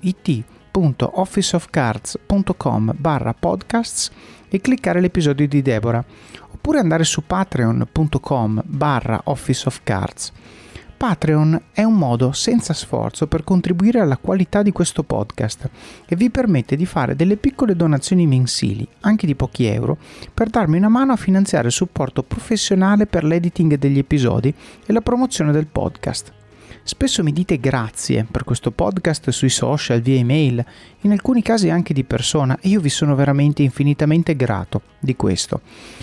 it.officeofcards.com/podcasts e cliccare l'episodio di Deborah, oppure andare su patreon.com/officeofcards. Patreon è un modo senza sforzo per contribuire alla qualità di questo podcast e vi permette di fare delle piccole donazioni mensili, anche di pochi euro, per darmi una mano a finanziare il supporto professionale per l'editing degli episodi e la promozione del podcast. Spesso mi dite grazie per questo podcast sui social, via email, in alcuni casi anche di persona, e io vi sono veramente infinitamente grato di questo.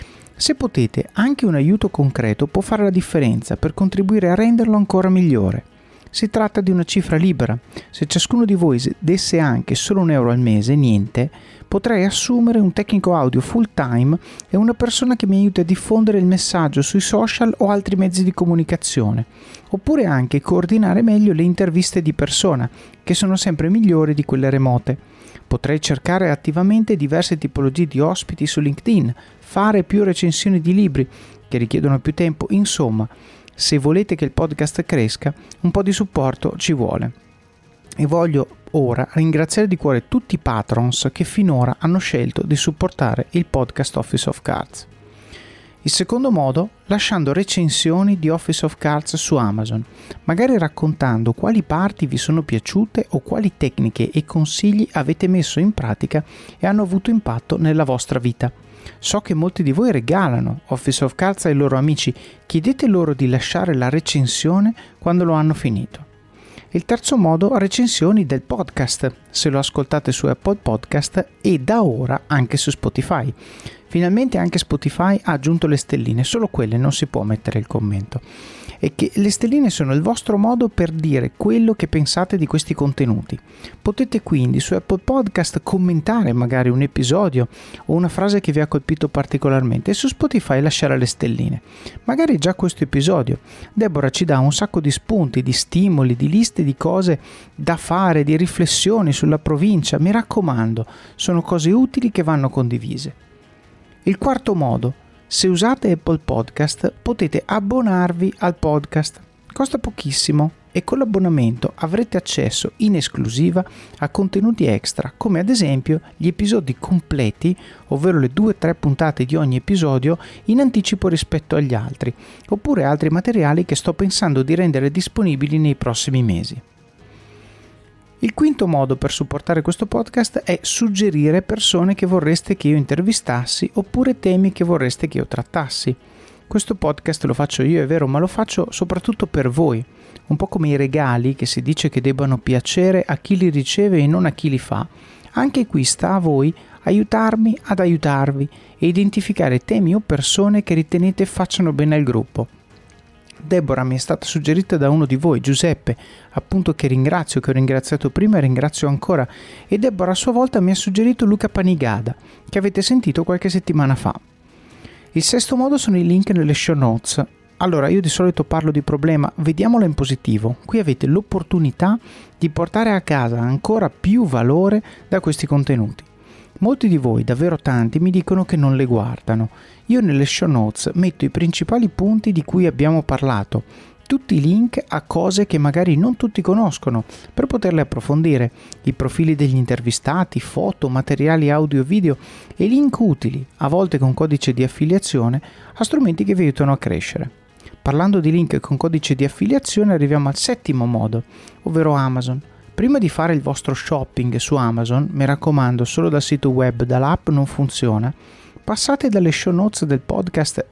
Se potete, anche un aiuto concreto può fare la differenza per contribuire a renderlo ancora migliore. Si tratta di una cifra libera. Se ciascuno di voi desse anche solo €1 al mese, niente, potrei assumere un tecnico audio full time e una persona che mi aiuti a diffondere il messaggio sui social o altri mezzi di comunicazione, oppure anche coordinare meglio le interviste di persona, che sono sempre migliori di quelle remote. Potrei cercare attivamente diverse tipologie di ospiti su LinkedIn, fare più recensioni di libri che richiedono più tempo, insomma, se volete che il podcast cresca, un po' di supporto ci vuole. E voglio ora ringraziare di cuore tutti i patrons che finora hanno scelto di supportare il podcast Office of Cards. Il secondo modo, lasciando recensioni di Office of Cards su Amazon, magari raccontando quali parti vi sono piaciute o quali tecniche e consigli avete messo in pratica e hanno avuto impatto nella vostra vita. So che molti di voi regalano Office of Cards ai loro amici, chiedete loro di lasciare la recensione quando lo hanno finito. Il terzo modo, recensioni del podcast, se lo ascoltate su Apple Podcast e da ora anche su Spotify. Finalmente anche Spotify ha aggiunto le stelline, solo quelle non si può mettere il commento. E che le stelline sono il vostro modo per dire quello che pensate di questi contenuti. Potete quindi su Apple Podcast commentare magari un episodio o una frase che vi ha colpito particolarmente e su Spotify lasciare le stelline. Magari già questo episodio. Deborah ci dà un sacco di spunti, di stimoli, di liste di cose da fare, di riflessioni sulla provincia. Mi raccomando, sono cose utili che vanno condivise. Il quarto modo. Se usate Apple Podcast potete abbonarvi al podcast, costa pochissimo e con l'abbonamento avrete accesso in esclusiva a contenuti extra, come ad esempio gli episodi completi, ovvero le 2-3 puntate di ogni episodio in anticipo rispetto agli altri, oppure altri materiali che sto pensando di rendere disponibili nei prossimi mesi. Il quinto modo per supportare questo podcast è suggerire persone che vorreste che io intervistassi oppure temi che vorreste che io trattassi. Questo podcast lo faccio io, è vero, ma lo faccio soprattutto per voi, un po' come i regali che si dice che debbano piacere a chi li riceve e non a chi li fa. Anche qui sta a voi aiutarmi ad aiutarvi e identificare temi o persone che ritenete facciano bene al gruppo. Deborah mi è stata suggerita da uno di voi, Giuseppe, appunto, che ringrazio, che ho ringraziato prima e ringrazio ancora, e Deborah a sua volta mi ha suggerito Luca Panigada, che avete sentito qualche settimana fa. Il sesto modo sono i link nelle show notes. Allora, io di solito parlo di problema, vediamolo in positivo. Qui avete l'opportunità di portare a casa ancora più valore da questi contenuti. Molti di voi, davvero tanti, mi dicono che non le guardano. Io nelle show notes metto i principali punti di cui abbiamo parlato, tutti i link a cose che magari non tutti conoscono, per poterle approfondire, i profili degli intervistati, foto, materiali audio e video e link utili, a volte con codice di affiliazione, a strumenti che vi aiutano a crescere. Parlando di link con codice di affiliazione arriviamo al settimo modo, ovvero Amazon. Prima di fare il vostro shopping su Amazon, mi raccomando, solo dal sito web, dall'app non funziona, passate dalle show notes del podcast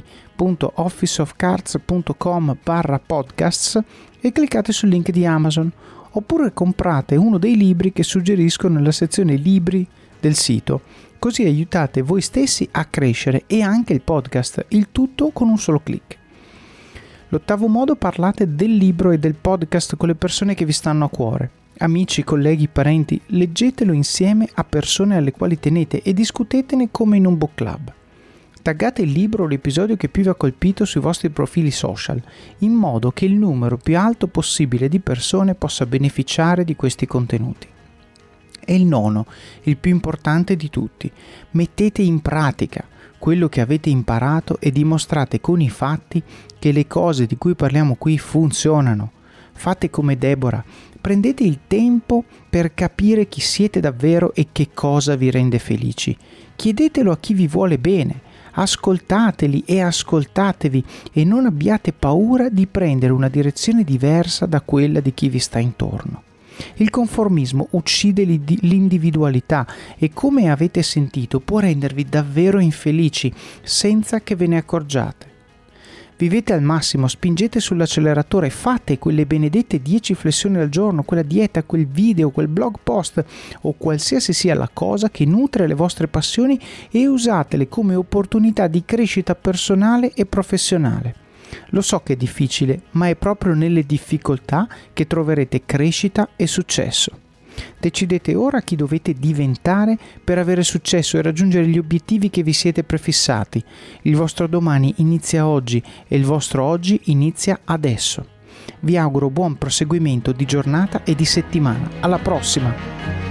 it.officeofcards.com/podcasts e cliccate sul link di Amazon, oppure comprate uno dei libri che suggerisco nella sezione libri del sito, così aiutate voi stessi a crescere e anche il podcast, il tutto con un solo click. L'ottavo modo, parlate del libro e del podcast con le persone che vi stanno a cuore. Amici, colleghi, parenti, leggetelo insieme a persone alle quali tenete e discutetene come in un book club. Taggate il libro o l'episodio che più vi ha colpito sui vostri profili social, in modo che il numero più alto possibile di persone possa beneficiare di questi contenuti. E il nono, il più importante di tutti, mettete in pratica quello che avete imparato e dimostrate con i fatti che le cose di cui parliamo qui funzionano. Fate come Deborah, prendete il tempo per capire chi siete davvero e che cosa vi rende felici. Chiedetelo a chi vi vuole bene, Ascoltateli e ascoltatevi e non abbiate paura di prendere una direzione diversa da quella di chi vi sta intorno. Il conformismo uccide l'individualità e, come avete sentito, può rendervi davvero infelici senza che ve ne accorgiate. Vivete al massimo, spingete sull'acceleratore, fate quelle benedette 10 flessioni al giorno, quella dieta, quel video, quel blog post o qualsiasi sia la cosa che nutre le vostre passioni e usatele come opportunità di crescita personale e professionale. Lo so che è difficile, ma è proprio nelle difficoltà che troverete crescita e successo. Decidete ora chi dovete diventare per avere successo e raggiungere gli obiettivi che vi siete prefissati. Il vostro domani inizia oggi e il vostro oggi inizia adesso. Vi auguro buon proseguimento di giornata e di settimana. Alla prossima!